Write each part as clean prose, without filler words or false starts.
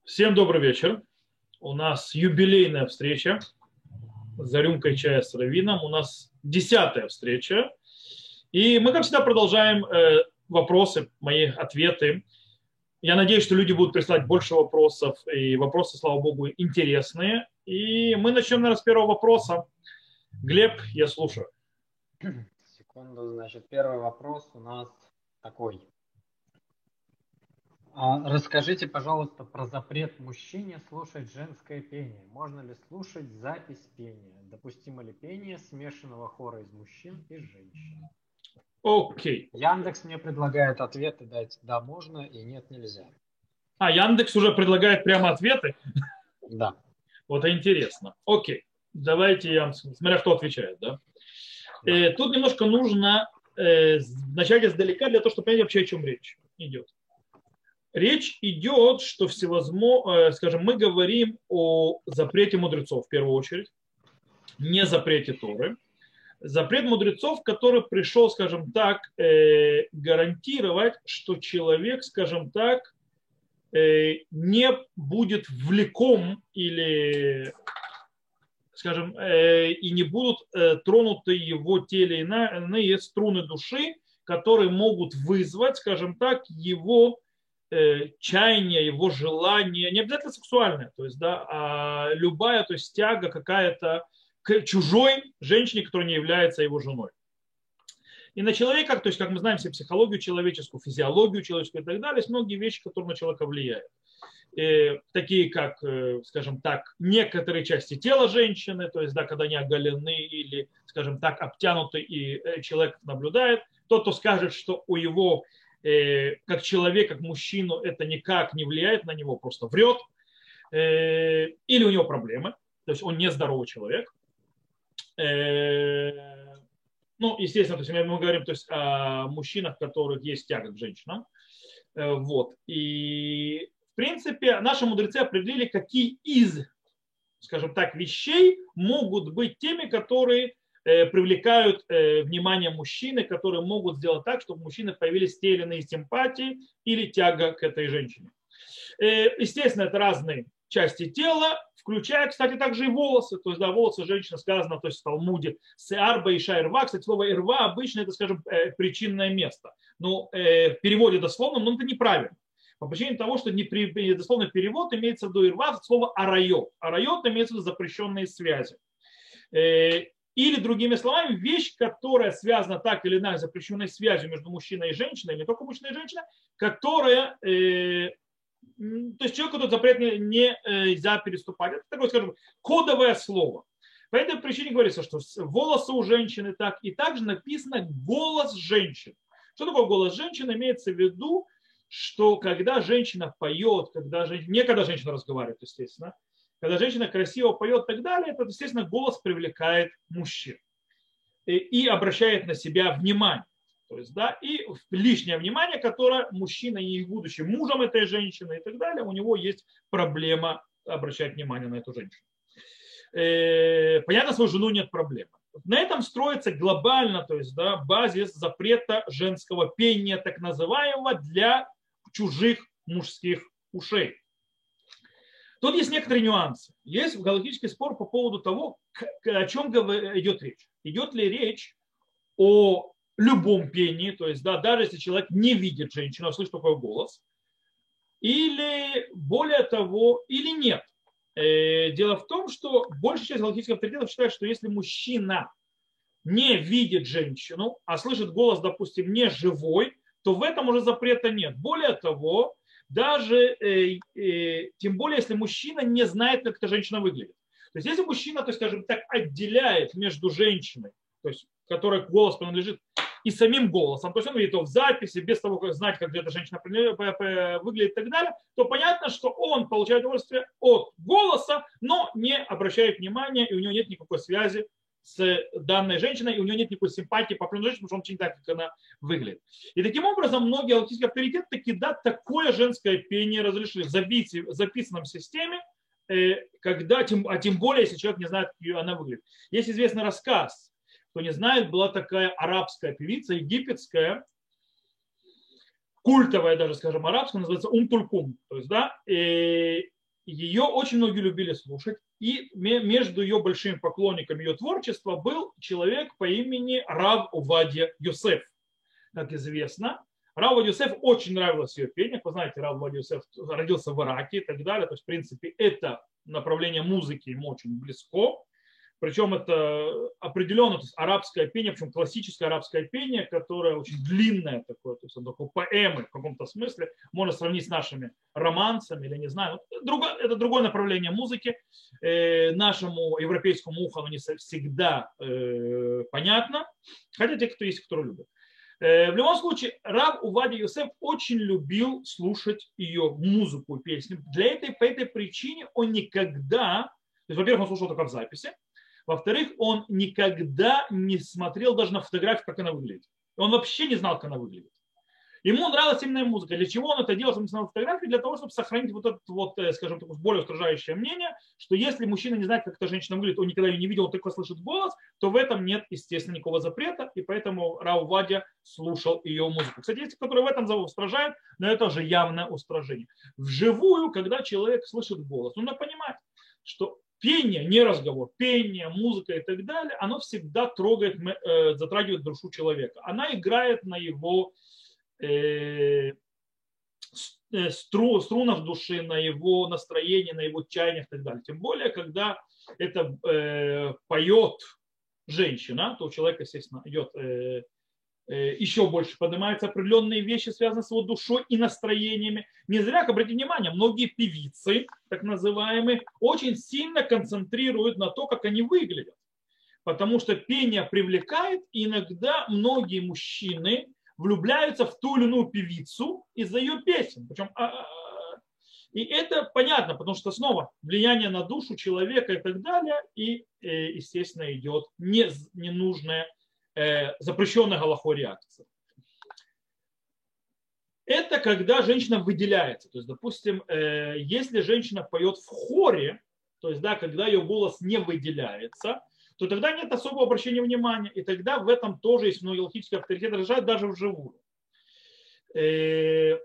Всем добрый вечер. У нас юбилейная встреча за рюмкой чая с раввином. У нас 10-я встреча. И мы, как всегда, продолжаем вопросы, мои ответы. Я надеюсь, что люди будут присылать больше вопросов. И вопросы, слава богу, интересные. И мы начнем, наверное, с первого вопроса. Глеб, я слушаю. Секунду, значит, первый вопрос у нас такой. Расскажите, пожалуйста, про запрет мужчине слушать женское пение. Можно ли слушать запись пения? Допустимо ли пение смешанного хора из мужчин и женщин? Окей. Яндекс мне предлагает ответы дать. Да, можно и нет, нельзя. Яндекс уже предлагает прямо ответы? Да. Вот это интересно. Окей. Давайте я, смотря кто отвечает, да? Тут немножко нужно начать издалека для того, чтобы понять вообще, о чем речь идет. Речь идет, что всевозможно, скажем, мы говорим о запрете мудрецов в первую очередь, не запрете Торы. Запрет мудрецов, который пришел, скажем так, гарантировать, что человек, скажем так, не будет влеком или, скажем, и не будут тронуты его те или иные струны души, которые могут вызвать, скажем так, его чаяние, его желание, не обязательно сексуальное, то есть, да, а любая, то есть тяга какая-то к чужой женщине, которая не является его женой. И на человека, то есть, как мы знаем все психологию человеческую, физиологию человеческую и так далее, есть многие вещи, которые на человека влияют. Такие как, скажем так, некоторые части тела женщины, то есть, да, когда они оголены или, скажем так, обтянуты, и человек наблюдает. Тот, кто скажет, что у его как человек, как мужчину, это никак не влияет на него, просто врет, или у него проблемы, то есть он нездоровый человек. Ну, естественно, то есть мы говорим то есть, о мужчинах, у которых есть тяга к женщинам. Вот. И, в принципе, наши мудрецы определили, какие из, скажем так, вещей могут быть теми, которые привлекают внимание мужчины, которые могут сделать так, чтобы у мужчины появились те или иные симпатии или тяга к этой женщине. Естественно, это разные части тела, включая, кстати, также и волосы. То есть, да, волосы женщины сказано, то есть в Талмуде, сеарба и шайрва. Кстати, слово ирва обычно это, скажем, причинное место. Но в переводе дословно, но это неправильно. По причине того, что дословный перевод имеется в виду ирва, слово арайот. Арайот имеется в виду запрещенные связи. Или, другими словами, вещь, которая связана так или иначе с запрещенной связью между мужчиной и женщиной, не только мужчиной и женщиной, которая, то есть человеку этот запрет нельзя переступать. Это такое, скажем, кодовое слово. По этой причине говорится, что волосы у женщины так, и также написано голос женщины. Что такое голос женщины? Имеется в виду, что когда женщина поет, не когда женщина разговаривает, естественно, когда женщина красиво поет и так далее, это, естественно, голос привлекает мужчин и обращает на себя внимание. То есть, да, и лишнее внимание, которое мужчина и будущим мужем этой женщины и так далее, у него есть проблема обращать внимание на эту женщину. Понятно, свою жену нет проблемы. На этом строится глобально, то есть, да, базис запрета женского пения, так называемого, для чужих мужских ушей. Тут есть некоторые нюансы. Есть галактический спор по поводу того, о чем идет речь. Идет ли речь о любом пении, то есть да, даже если человек не видит женщину, а слышит такой голос, или более того, или нет. Дело в том, что большая часть галактических авторитетов считает, что если мужчина не видит женщину, а слышит голос, допустим, не живой, то в этом уже запрета нет. Более того, даже, тем более, если мужчина не знает, как эта женщина выглядит. То есть, если мужчина, то есть, скажем так, отделяет между женщиной, то есть, которой голос принадлежит, и самим голосом, то есть он видит его в записи, без того, как знать, как эта женщина выглядит и так далее, то понятно, что он получает удовольствие от голоса, но не обращает внимания, и у него нет никакой связи с данной женщиной, и у нее нет никакой симпатии по определенной женщине, потому что он не знает, как она выглядит. И таким образом многие галактические авторитеты таки да, такое женское пение разрешили в записанном системе, когда, тем более, если человек не знает, как она выглядит. Есть известный рассказ, кто не знает, была такая арабская певица, египетская, культовая даже, скажем, арабская, называется Ум-Тулькум. То есть, да, и ее очень многие любили слушать. И между ее большими поклонниками ее творчества был человек по имени Рав Овадья Йосеф. Как известно, Рав Овадья Йосеф очень нравилось ее пение. Вы знаете, Рав Овадья Йосеф родился в Ираке и так далее. То есть, в принципе, это направление музыки ему очень близко. Причем это определенно, то есть арабское пение, причем классическое арабское пение, которое очень длинное такое, то есть оно такое поэмы в каком-то смысле, можно сравнить с нашими романсами или не знаю. Это другое направление музыки. Нашему европейскому уху оно не всегда понятно, хотя те, кто есть, кто любит. В любом случае, Рав Овадья Йосеф очень любил слушать ее музыку, песню. По этой причине он никогда, то есть, во-первых, он слушал только в записи, во-вторых, он никогда не смотрел даже на фотографию, как она выглядит. Он вообще не знал, как она выглядит. Ему нравилась именно музыка. Для чего он это делал, чтобы смотрел фотографии? Для того, чтобы сохранить вот это вот, скажем так, более устражающее мнение, что если мужчина не знает, как эта женщина выглядит, он никогда ее не видел, он только слышит голос, то в этом нет, естественно, никакого запрета, и поэтому Рав Овадья слушал ее музыку. Кстати, есть, которые в этом устражают, но это уже явное устражение. Вживую, когда человек слышит голос, нужно понимать, что пение, не разговор, пение, музыка и так далее, оно всегда трогает, затрагивает душу человека. Она играет на его струнах души, на его настроении, на его чаяниях и так далее. Тем более, когда это поет женщина, то у человека, естественно, идет еще больше поднимаются определенные вещи, связанные с его душой и настроениями. Не зря, обратите внимание, многие певицы, так называемые, очень сильно концентрируют на то, как они выглядят. Потому что пение привлекает, и иногда многие мужчины влюбляются в ту или иную певицу из-за ее песен. Причем, и это понятно, потому что снова влияние на душу человека и так далее, и, естественно, идет ненужное запрещенная галахой реакция. Это когда женщина выделяется. То есть, допустим, если женщина поет в хоре, то есть, да, когда ее голос не выделяется, то тогда нет особого обращения внимания. И тогда в этом тоже есть многие галахические авторитеты, решают даже вживую. То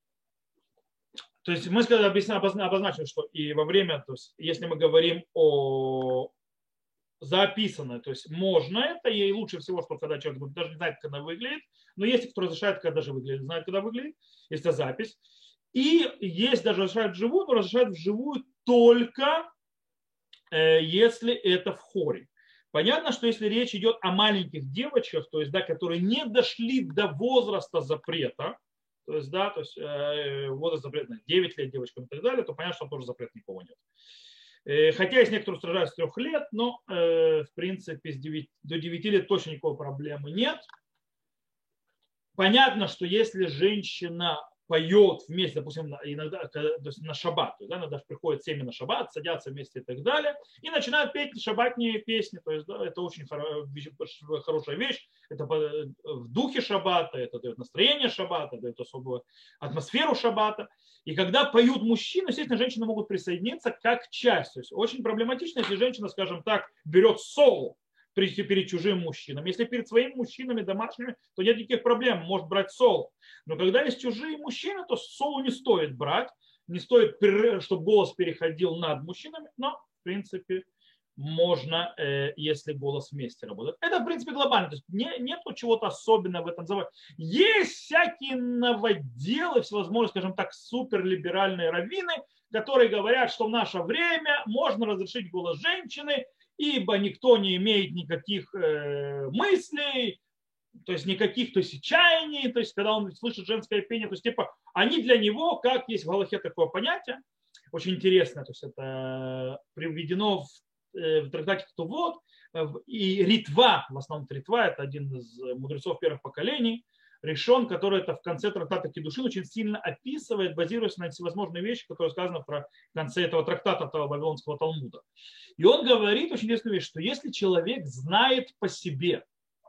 есть мы обозначили, что и во время, то есть, если мы говорим о записанное, то есть можно это, и лучше всего, что когда человек даже не знает, как она выглядит, но есть, кто разрешает, когда даже выглядит, знает, когда выглядит, если это запись. И есть даже разрешают вживую, но разрешают вживую только если это в хоре. Понятно, что если речь идет о маленьких девочках, то есть, да, которые не дошли до возраста запрета, то есть, да, то есть возраст запрета 9 лет девочкам и так далее, то понятно, что тоже запрета никого нет. Хотя есть некоторые устражают с 3 лет, но в принципе до 9 лет точно никакой проблемы нет. Понятно, что если женщина поет вместе, допустим, иногда то есть на шаббат, то есть, да, иногда приходят семьи на шаббат, садятся вместе и так далее, и начинают петь шаббатные песни, то есть, да, это очень хорошая вещь, это в духе шаббата, это дает настроение шаббата, дает особую атмосферу шаббата. И когда поют мужчины, естественно, женщины могут присоединиться как часть. То есть очень проблематично, если женщина, скажем так, берет соло перед чужим мужчинами. Если перед своими мужчинами домашними, то нет никаких проблем, может брать соло. Но когда есть чужие мужчины, то соло не стоит брать, не стоит, чтобы голос переходил над мужчинами, но, в принципе, можно, если голос вместе работает. Это, в принципе, глобально. То есть нет чего-то особенного в этом заводе. Есть всякие новоделы, всевозможные, скажем так, суперлиберальные раввины, которые говорят, что в наше время можно разрешить голос женщины, ибо никто не имеет никаких мыслей, то есть никаких, то есть чаяний, то есть когда он слышит женское пение, то есть типа они для него, как есть в галахе такое понятие, очень интересно, то есть это приведено в трактате Ктувот, и Ритва, в основном Ритва, это один из мудрецов первых поколений, Ришон, который это в конце трактата Кидушин очень сильно описывает, базируясь на всевозможные вещи, которые сказаны в конце этого трактата Вавилонского Талмуда. И он говорит очень интересную вещь, что если человек знает по себе,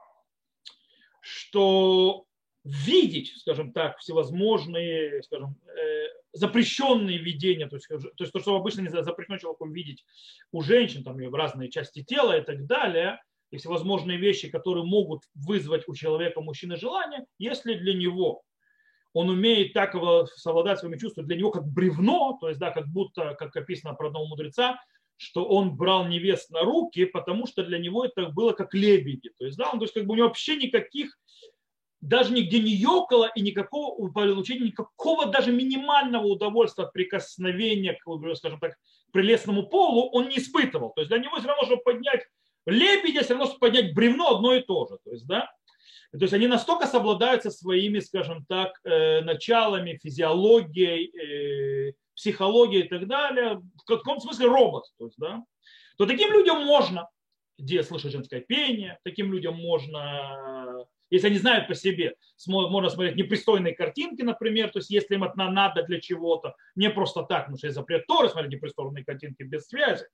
что видеть, скажем так, всевозможные, скажем, запрещенные видения, то есть то, что обычно не запрещено человеку видеть у женщин, там, в разные части тела и так далее, и всевозможные вещи, которые могут вызвать у человека, мужчины, желание, если для него он умеет так совладать своими чувствами, для него как бревно, то есть, да, как будто, как описано про одного мудреца, что он брал невест на руки, потому что для него это было как лебеди. То есть, да, он, то есть, как бы у него вообще никаких, даже нигде не ёкало и никакого получения, никакого даже минимального удовольствия от прикосновения к, скажем так, прелестному полу он не испытывал. То есть для него все равно, чтобы поднять лебедя, все равно, чтобы поднять бревно, одно и то же. То есть, да, то есть они настолько совладают со своими, скажем так, началами, физиологией, психологией и так далее, в каком смысле робот. То есть, да, то таким людям можно слышать женское пение, таким людям можно, если они знают по себе, можно смотреть непристойные картинки, например, то есть если им это надо для чего-то, не просто так, потому что есть запрет Торы смотреть непристойные картинки без связи,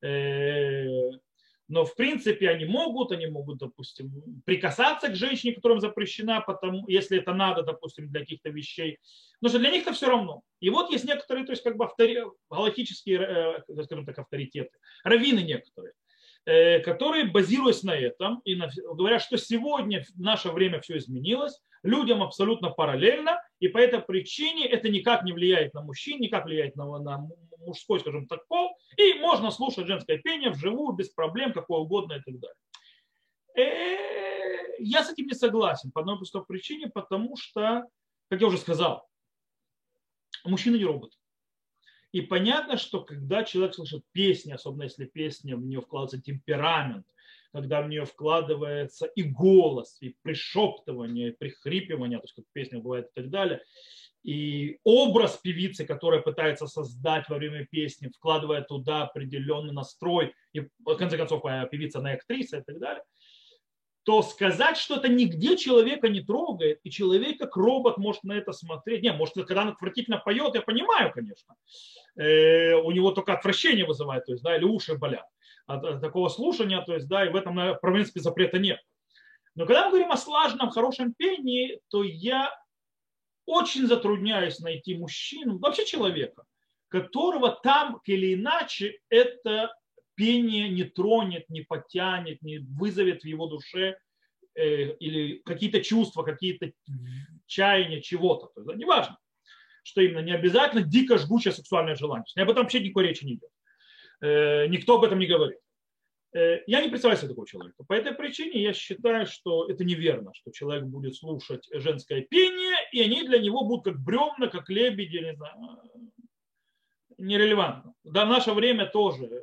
но в принципе они могут, допустим, прикасаться к женщине, которым запрещена, потому, если это надо, допустим, для каких-то вещей. Потому что для них это все равно. И вот есть некоторые, то есть как бы галактические, скажем так, авторитеты, раввины некоторые, которые, базируясь на этом, и говорят, что сегодня в наше время все изменилось, людям абсолютно параллельно, и по этой причине это никак не влияет на мужчин, никак влияет на мужской, скажем так, пол, и можно слушать женское пение вживую, без проблем, какое угодно и так далее. Я с этим не согласен по одной простой причине, потому что, как я уже сказал, мужчина не робот. И понятно, что когда человек слышит песни, особенно если песня, в нее вкладывается темперамент, когда в нее вкладывается и голос, и пришептывание, и прихрипывание, то есть как в песнях бывает и так далее, и образ певицы, которая пытается создать во время песни, вкладывая туда определенный настрой, и в конце концов певица она актриса и так далее, то сказать, что это нигде человека не трогает, и человек как робот может на это смотреть. Не, может, когда он отвратительно поет, я понимаю, конечно. У него только отвращение вызывает, то есть, да, или уши болят от такого слушания, то есть, да, и в этом, в принципе, запрета нет. Но когда мы говорим о слаженном, хорошем пении, то я очень затрудняюсь найти мужчину, вообще человека, которого там или иначе это пение не тронет, не потянет, не вызовет в его душе или какие-то чувства, какие-то чаяния, чего-то. То есть, неважно, что именно, не обязательно дико жгучее сексуальное желание. Об этом вообще никакой речи не идет. Никто об этом не говорит. Я не представляю себе такого человека. По этой причине я считаю, что это неверно, что человек будет слушать женское пение, и они для него будут как бревна, как лебеди, не знаю, нерелевантно. Да, в наше время тоже,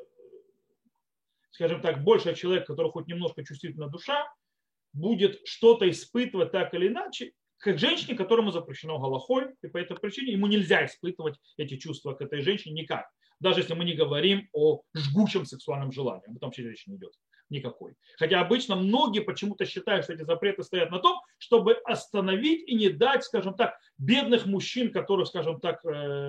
скажем так, больше человек, который хоть немножко чувствительна душа, будет что-то испытывать так или иначе, как женщине, которому запрещено галахой, и по этой причине ему нельзя испытывать эти чувства к этой женщине никак. Даже если мы не говорим о жгучем сексуальном желании, об этом вообще речи не идет никакой. Хотя обычно многие почему-то считают, что эти запреты стоят на том, чтобы остановить и не дать, скажем так, бедных мужчин, которые, скажем так,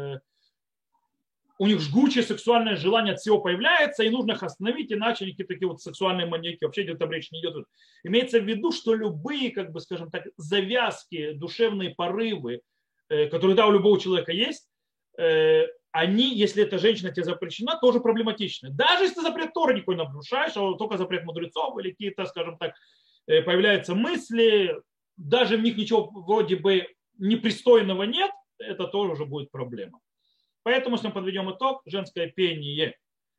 у них жгучее сексуальное желание от всего появляется, и нужно их остановить, иначе они какие-то такие вот сексуальные маньяки. Вообще где-то речь не идет. Имеется в виду, что любые, как бы, скажем так, завязки, душевные порывы, которые, да, у любого человека есть, они, если эта женщина тебе запрещена, тоже проблематичны. Даже если запрет Торы никакой не нарушаешь, а только запрет мудрецов или какие-то, скажем так, появляются мысли, даже в них ничего вроде бы непристойного нет, это тоже уже будет проблема. Поэтому, если мы подведем итог, женское пение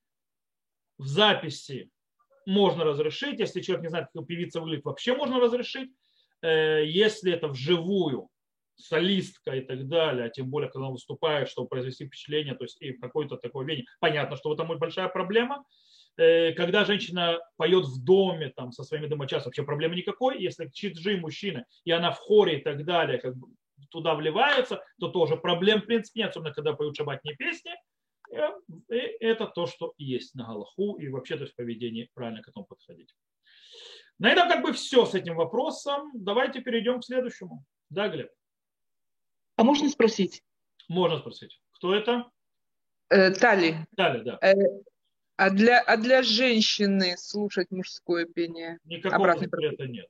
в записи можно разрешить. Если человек не знает, как певица выглядит, вообще можно разрешить. Если это вживую, солистка и так далее, а тем более, когда он выступает, чтобы произвести впечатление, то есть и в какой-то такой вене, понятно, что в этом будет большая проблема. Когда женщина поет в доме там, со своими домочадцами, вообще проблемы никакой. Если чиджи мужчина, и она в хоре и так далее, как бы туда вливается, то тоже проблем, в принципе, нет, особенно когда поют шаббатные песни. И это то, что есть на галаху, и вообще то есть в поведении правильно к этому подходить. На этом как бы все с этим вопросом. Давайте перейдем к следующему. Да, Глеб? А можно спросить? Можно спросить. Кто это? Тали. Тали, да. А для женщины слушать мужское пение? Никакого запрета нет.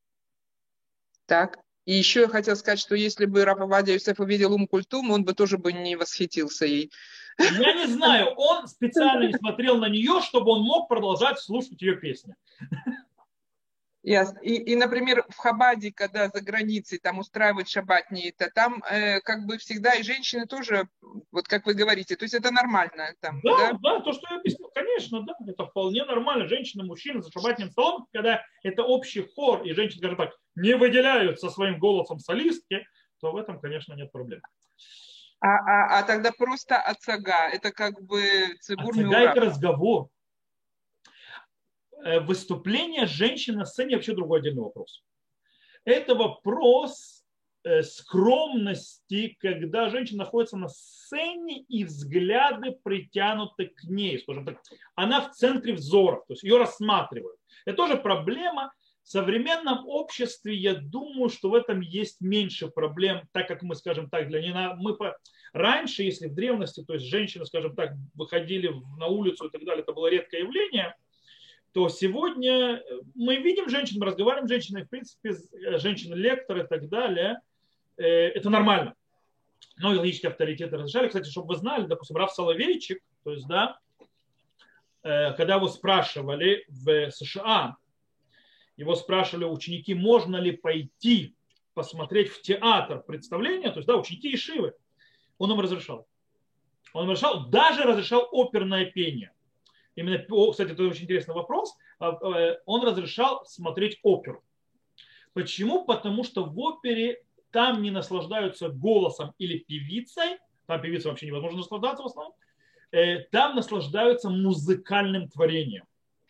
Так. И еще я хотела сказать, что если бы Рав Овадия Йосеф увидел Культум, он бы тоже бы не восхитился ей. Я не знаю, он специально не смотрел на нее, чтобы он мог продолжать слушать ее песни. Ясно. И, например, в Хабаде, когда за границей там устраивают шабатни, это там как бы всегда и женщины тоже, вот как вы говорите, то есть это нормально там, Да, да? да, то, что я объяснил, конечно, да, это вполне нормально. Женщина, мужчина за шабатным столом, когда это общий хор, и женщины, скажем так, не выделяют со своим голосом солистки, то в этом, конечно, нет проблем. А тогда просто ацага, это как бы цибур Ацага – миурав. это разговор. Выступление женщины на сцене – вообще другой отдельный вопрос. Это вопрос скромности, когда женщина находится на сцене и взгляды притянуты к ней. Скажем так, она в центре взора, то есть ее рассматривают. Это тоже проблема. В современном обществе, я думаю, что в этом есть меньше проблем, так как мы, скажем так, раньше, если в древности, то есть женщины, скажем так, выходили на улицу и так далее, это было редкое явление, то сегодня мы видим женщин, мы разговариваем с женщинами, в принципе, женщины-лекторы и так далее, это нормально. Но логические авторитеты разрешали. Кстати, чтобы вы знали, допустим, Рав Соловейчик, то есть, да, когда его спрашивали в США, его спрашивали ученики, можно ли пойти посмотреть в театр представления, то есть, да, ученики Ешивы, он им разрешал. Он разрешал, даже разрешал оперное пение. Именно, кстати, это очень интересный вопрос. Он разрешал смотреть оперу. Почему? Потому что в опере там не наслаждаются голосом или певицей, там певицей вообще невозможно наслаждаться в основном, там наслаждаются музыкальным творением.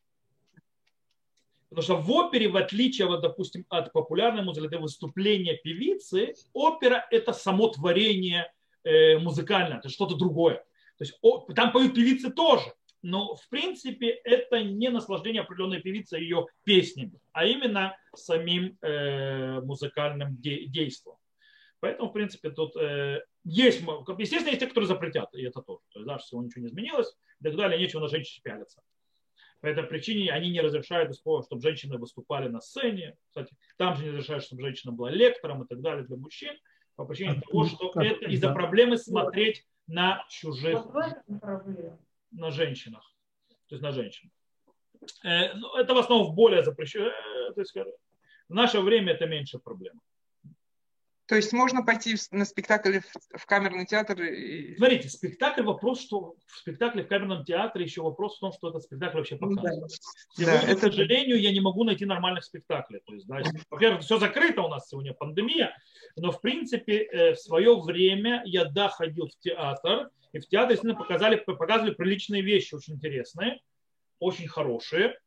Потому что в опере, в отличие, вот, допустим, от популярной музыки, это выступление певицы, опера – это само творение музыкальное, это что-то другое. То есть там поют певицы тоже, но в принципе это не наслаждение определенной певицы ее песнями, а именно самим музыкальным действием. Поэтому, в принципе, тут есть, естественно, есть те, которые запретят, и это тоже. То есть, да, всего ничего не изменилось, и так далее, нечего на женщин пялиться. По этой причине они не разрешают, чтобы женщины выступали на сцене. Кстати, там же не разрешают, чтобы женщина была лектором и так далее для мужчин. По причине того, что это из-за проблемы смотреть на чужих, на женщинах. То есть на женщин. Это в основном более запрещено. В наше время это меньше проблема. То есть можно пойти на спектакль в камерный театр? Смотрите, спектакль вопрос, что в спектакле в камерном театре еще вопрос в том, что этот спектакль вообще показывает. Сегодня, к сожалению, я не могу найти нормальных спектаклей. То есть, да, во-первых, все закрыто у нас сегодня, пандемия, но в принципе в свое время я ходил в театр, и в театре действительно показывали приличные вещи, очень интересные, очень хорошие,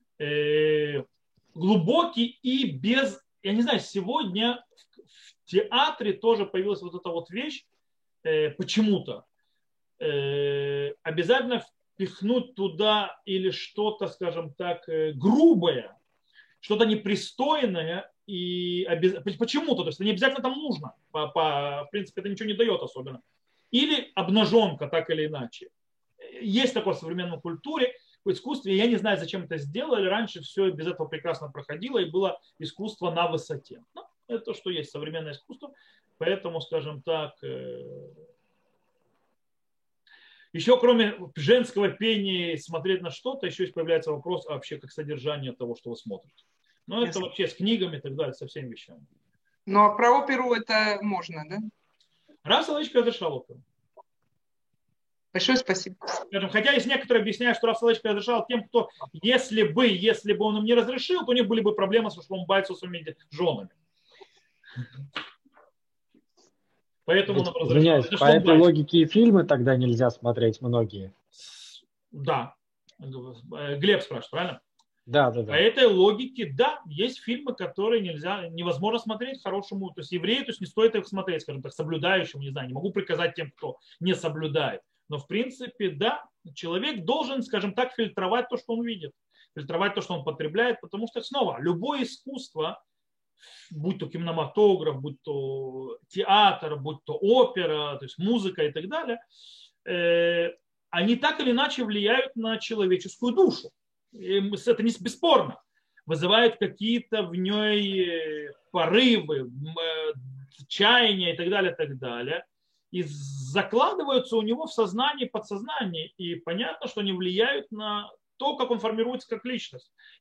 глубокие и без, я не знаю, сегодня в театре тоже появилась вот эта вот вещь, почему-то. Обязательно впихнуть туда или что-то, скажем так, грубое, что-то непристойное, и почему-то, то есть это не обязательно там нужно, в принципе, это ничего не дает особенно. Или обнаженка, так или иначе. Есть такое в современной культуре, в искусстве, я не знаю, зачем это сделали, раньше все без этого прекрасно проходило, и было искусство на высоте. Но это то, что есть современное искусство, поэтому, скажем так, еще кроме женского пения смотреть на что-то, еще появляется вопрос вообще как содержание того, что вы смотрите. Но это вообще с книгами и так далее, со всеми вещами. Ну а про оперу это можно, да? Рав Соловейчик разрешал оперу. Большое спасибо. Скажем, хотя есть некоторые объясняют, что Рав Соловейчик разрешал тем, кто, если бы он им не разрешил, то у них были бы проблемы со Шлом Байцу, со своими женами. Поэтому он разрешал. Извиняюсь, по этой логике и фильмы тогда нельзя смотреть многие. Да. Глеб спрашивает, правильно? Да. По этой логике, да, есть фильмы, которые невозможно смотреть хорошему, то есть еврею, то есть не стоит их смотреть, скажем так, соблюдающему, не знаю, не могу приказать тем, кто не соблюдает. Но в принципе, да, человек должен, скажем так, фильтровать то, что он видит, фильтровать то, что он потребляет, потому что снова любое искусство, будь то кинематограф, будь то театр, будь то опера, то есть музыка и так далее, они так или иначе влияют на человеческую душу. Это не бесспорно. Вызывают какие-то в ней порывы, чаяния и так далее, и так далее. И закладываются у него в сознании, подсознании. И понятно, что они влияют на то, как он формируется как личность.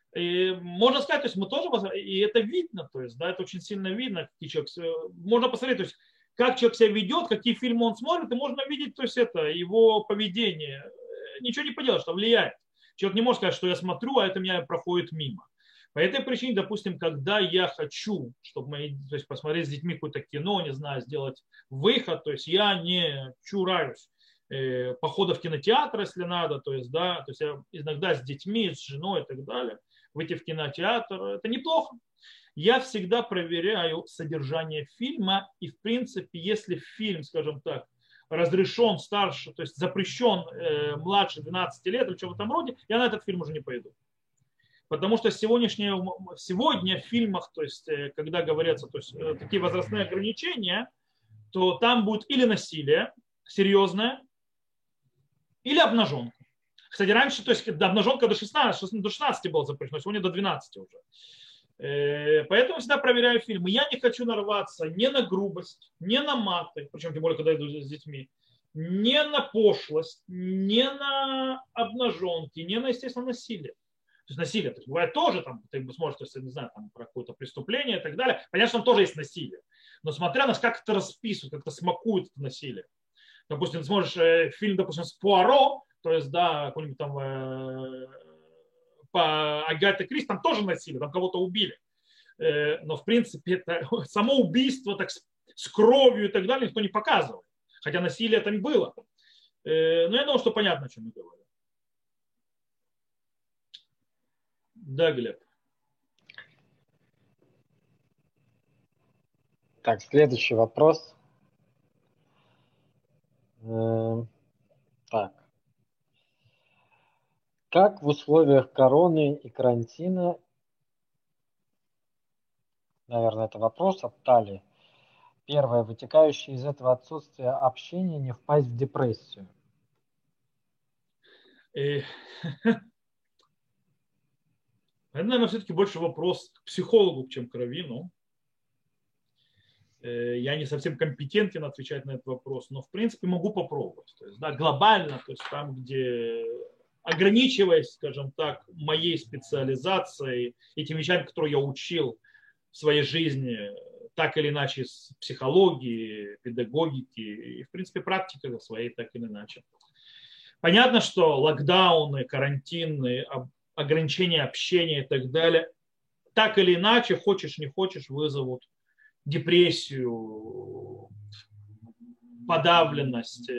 И можно сказать, то есть мы тоже, и это видно, то есть, да, это очень сильно видно, какие человек, можно посмотреть, то есть, как человек себя ведет, какие фильмы он смотрит, и можно видеть, то есть, это, его поведение. Ничего не поделаешь, что влияет. Человек не может сказать, что я смотрю, а это меня проходит мимо. По этой причине, допустим, когда я хочу, чтобы мои, то есть, посмотреть с детьми какое-то кино, не знаю, сделать выход, то есть я не чураюсь похода в кинотеатр, если надо, то есть, да, то есть я иногда с детьми, с женой и так далее, выйти в кинотеатр, это неплохо. Я всегда проверяю содержание фильма, и в принципе, если фильм, скажем так, разрешен старше, то есть запрещен младше 12 лет или что в этом роде, я на этот фильм уже не пойду. Потому что сегодня в фильмах, то есть, когда говорятся то есть, такие возрастные ограничения, то там будет или насилие серьезное, или обнаженка. Кстати, раньше, то есть, обнаженка до 16 было запрещено, сегодня до 12 уже. Поэтому всегда проверяю фильмы. Я не хочу нарваться ни на грубость, ни на маты, причем тем более, когда иду с детьми, ни на пошлость, ни на обнаженки, ни на, естественно, насилие. То есть насилие, то есть бывает тоже, там, ты сможешь, то есть, не знаю, там, про какое-то преступление и так далее. Понятно, что там тоже есть насилие. Но смотря на как это расписывают, как это смакует это насилие. Допустим, ты смотришь фильм, допустим, с Пуаро, то есть, да, какой-нибудь там по Агате Кристи, там тоже насилие, там кого-то убили. Но, в принципе, это само убийство так, с кровью и так далее никто не показывает. Хотя насилие там было. Но я думаю, что понятно, о чем я говорю. Да, Глеб. Так, следующий вопрос. Так. Как в условиях короны и карантина, наверное, это вопрос от Тали. Первое, вытекающее из этого отсутствия общения, не впасть в депрессию. Это, наверное, все-таки больше вопрос к психологу, чем к раввину. Я не совсем компетентен отвечать на этот вопрос, но в принципе могу попробовать. То есть, да, глобально, то есть там, где ограничиваясь, скажем так, моей специализацией, этими вещами, которые я учил в своей жизни, так или иначе с психологии, педагогики и, в принципе, практикой своей, так или иначе. Понятно, что локдауны, карантины, ограничения общения и так далее, так или иначе, хочешь не хочешь, вызовут депрессию, подавленность,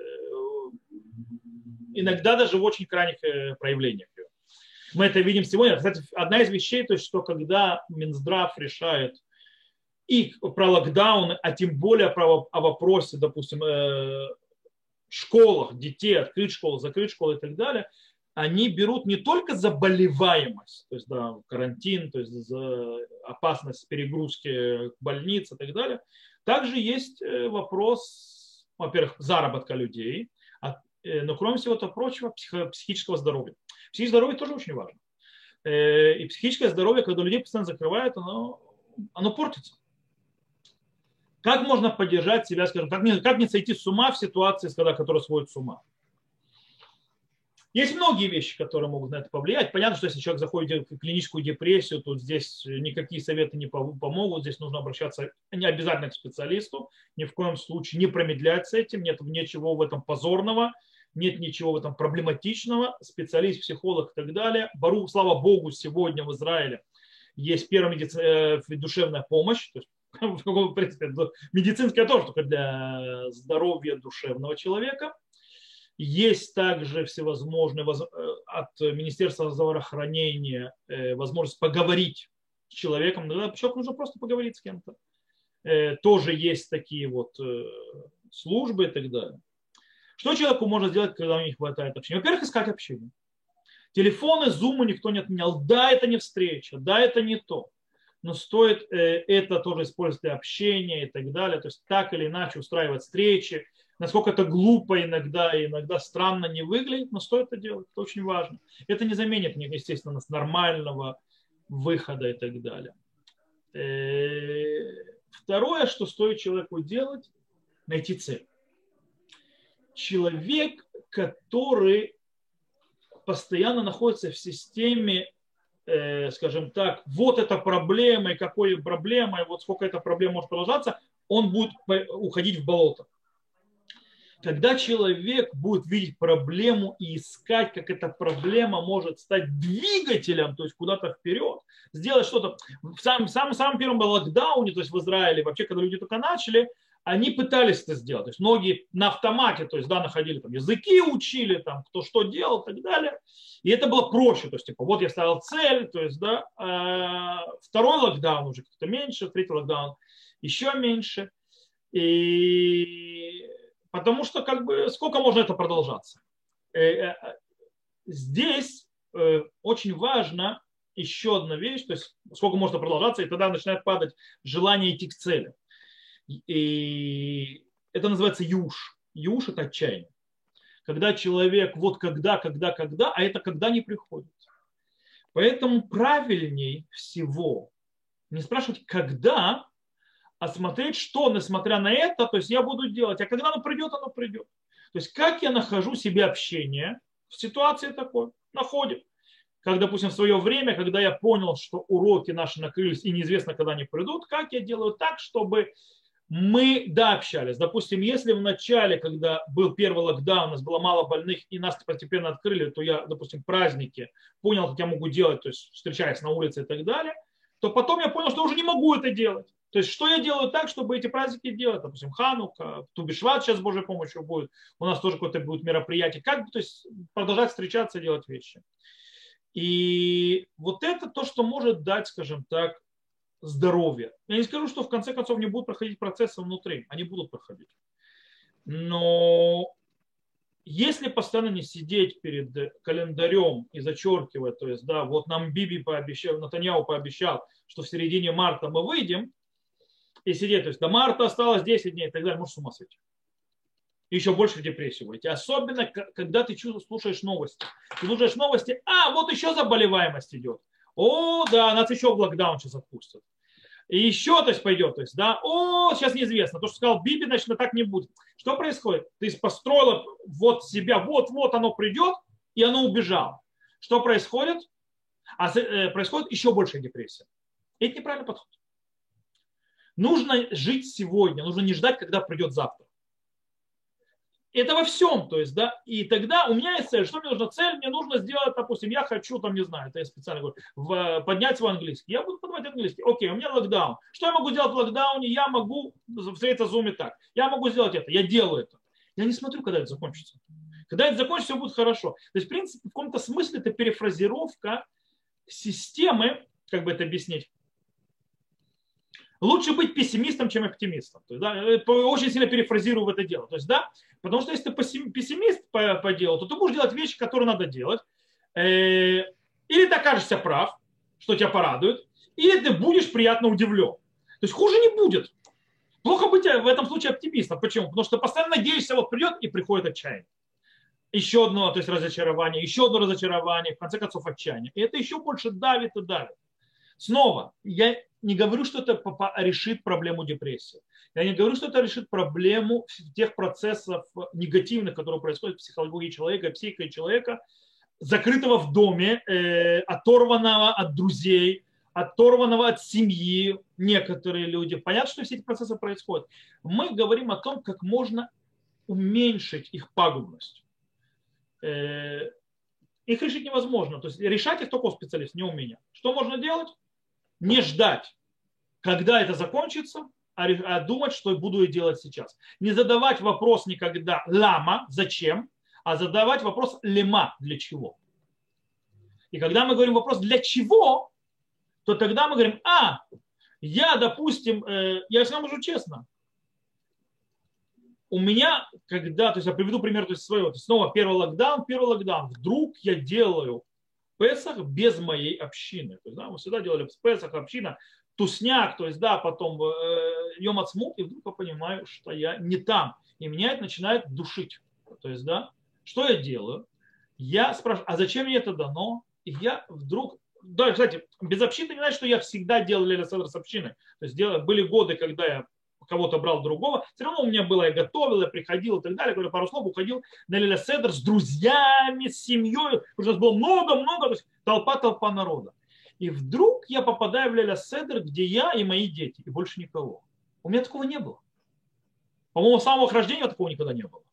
иногда даже в очень крайних проявлениях. Мы это видим сегодня. Кстати, одна из вещей, то есть, что когда Минздрав решает и про локдауны, а тем более о вопросе, допустим, школах детей, открыть школу, закрыть школу и так далее, они берут не только заболеваемость, то есть да, карантин, то есть за опасность перегрузки больниц и так далее. Также есть вопрос, во-первых, заработка людей, но кроме всего того прочего, психического здоровья. Психическое здоровье тоже очень важно. И психическое здоровье, когда людей постоянно закрывают, оно портится. Как можно поддержать себя, скажем, как не сойти с ума в ситуации, которая сводит с ума? Есть многие вещи, которые могут на это повлиять. Понятно, что если человек заходит в клиническую депрессию, то здесь никакие советы не помогут. Здесь нужно обращаться не обязательно к специалисту. Ни в коем случае не промедлять с этим. Нет ничего в этом позорного. Нет ничего в этом проблематичного. Специалист, психолог и так далее. Слава Богу, сегодня в Израиле есть первая душевная помощь. То есть, в принципе, медицинская тоже, только для здоровья душевного человека. Есть также всевозможные от Министерства здравоохранения возможность поговорить с человеком. Иногда человеку нужно просто поговорить с кем-то. Тоже есть такие вот службы и так далее. Что человеку можно сделать, когда у них хватает общения? Во-первых, искать общение. Телефоны, зумы никто не отменял. Да, это не встреча, да, это не то. Но стоит это тоже использовать для общения и так далее. То есть так или иначе устраивать встречи. Насколько это глупо иногда странно не выглядит, но стоит это делать. Это очень важно. Это не заменит, естественно, нормального выхода и так далее. Второе, что стоит человеку делать, найти цель. Человек, который постоянно находится в системе скажем так, вот эта проблема, и какой проблема, и вот сколько эта проблема может продолжаться, он будет уходить в болото. Когда человек будет видеть проблему и искать, как эта проблема может стать двигателем, то есть куда-то вперед, сделать что-то. В самом первом локдауне, то есть в Израиле, вообще, когда люди только начали, они пытались это сделать. То есть многие на автомате, то есть, да, находили там языки, учили, там, кто что делал и так далее. И это было проще. То есть, типа, вот я ставил цель, то есть, да, второй локдаун уже как-то меньше, третий локдаун еще меньше. И потому что, как бы, сколько можно это продолжаться? Здесь очень важно еще одна вещь, то есть сколько можно продолжаться, и тогда начинает падать желание идти к цели. И это называется юш. Юш – это отчаяние. Когда человек вот когда, а это когда не приходит. Поэтому правильней всего не спрашивать когда, а смотреть, что, несмотря на это, то есть я буду делать. А когда оно придет, оно придет. То есть как я нахожу себе общение в ситуации такой, находим. Как, допустим, в свое время, когда я понял, что уроки наши накрылись и неизвестно, когда они придут, как я делаю так, чтобы мы, да, общались. Допустим, если в начале, когда был первый локдаун, у нас было мало больных, и нас постепенно открыли, то я, допустим, праздники понял, как я могу делать, то есть встречаясь на улице и так далее, то потом я понял, что уже не могу это делать. То есть, что я делаю так, чтобы эти праздники делать? Допустим, Ханука, Тубишват сейчас с Божьей помощью будет. У нас тоже какое-то будет мероприятие. Как бы, то есть, продолжать встречаться и делать вещи. И вот это то, что может дать, скажем так, здоровье. Я не скажу, что в конце концов не будут проходить процессы внутри. Они будут проходить. Но если постоянно не сидеть перед календарем и зачеркивать, то есть, да, вот нам Биби пообещал, Натаньяу пообещал, что в середине марта мы выйдем, и сидеть, то есть до марта осталось 10 дней и так далее, можешь с ума сойти. Еще больше в депрессию войти. Особенно, когда ты слушаешь новости. Ты слушаешь новости, вот еще заболеваемость идет. О, да, нас еще в локдаун сейчас отпустят. И еще, то есть, пойдет, то есть, да, сейчас неизвестно. То, что сказал Биби, значит, так не будет. Что происходит? Ты построила вот себя, вот оно придет, и оно убежало. Что происходит? Происходит еще большая депрессия. Это неправильный подход. Нужно жить сегодня, нужно не ждать, когда придет завтра. Это во всем, то есть, да, и тогда у меня есть цель. Что мне нужна цель? Мне нужно сделать, допустим, я хочу, там, не знаю, это я специально говорю, поднять свой английский. Я буду поднимать английский. Окей, у меня локдаун. Что я могу делать в локдауне? Я могу встретиться в зуме так. Я могу сделать это. Я делаю это. Я не смотрю, когда это закончится. Когда это закончится, все будет хорошо. То есть, в принципе, в каком-то смысле это перефразировка системы, как бы это объяснить. Лучше быть пессимистом, чем оптимистом. То есть, да, очень сильно перефразирую в это дело. То есть, да, потому что если ты пессимист по делу, то ты будешь делать вещи, которые надо делать. Или ты окажешься прав, что тебя порадует, или ты будешь приятно удивлен. То есть хуже не будет. Плохо быть в этом случае оптимистом. Почему? Потому что ты постоянно надеешься, вот придет и приходит отчаяние. Еще одно, то есть разочарование, еще одно разочарование, в конце концов отчаяние. И это еще больше давит и давит. Снова, я не говорю, что это решит проблему депрессии. Я не говорю, что это решит проблему тех процессов негативных, которые происходят в психологии человека, психикой человека, закрытого в доме, оторванного от друзей, оторванного от семьи, некоторые люди. Понятно, что все эти процессы происходят. Мы говорим о том, как можно уменьшить их пагубность. Их решить невозможно. То есть решать их только у специалиста, не у меня. Что можно делать? Не ждать, когда это закончится, а думать, что буду я делать сейчас. Не задавать вопрос никогда лама, зачем, а задавать вопрос лема, для чего. И когда мы говорим вопрос для чего, то тогда мы говорим, я, допустим, я всегда скажу честно, у меня, то есть я приведу пример то есть своего, то есть снова первый локдаун, вдруг я делаю Песах без моей общины. То есть, да, мы всегда делали в Песах община, тусняк, то есть, да, потом Йом Ацмут, и вдруг я понимаю, что я не там. И меня это начинает душить. То есть, да, что я делаю? Я спрашиваю, а зачем мне это дано? И я вдруг, да, кстати, без общины не значит, что я всегда делал Лейла Седер с общиной. То есть, были годы, когда я кого-то брал другого, все равно у меня было, я готовил, я приходил и так далее, говорю пару слов, уходил на Лейла Седер с друзьями, с семьей, потому что нас было много-много, то есть толпа народа. И вдруг я попадаю в Лейля Седер, где я и мои дети, и больше никого. У меня такого не было. По-моему, с самого рождения такого никогда не было.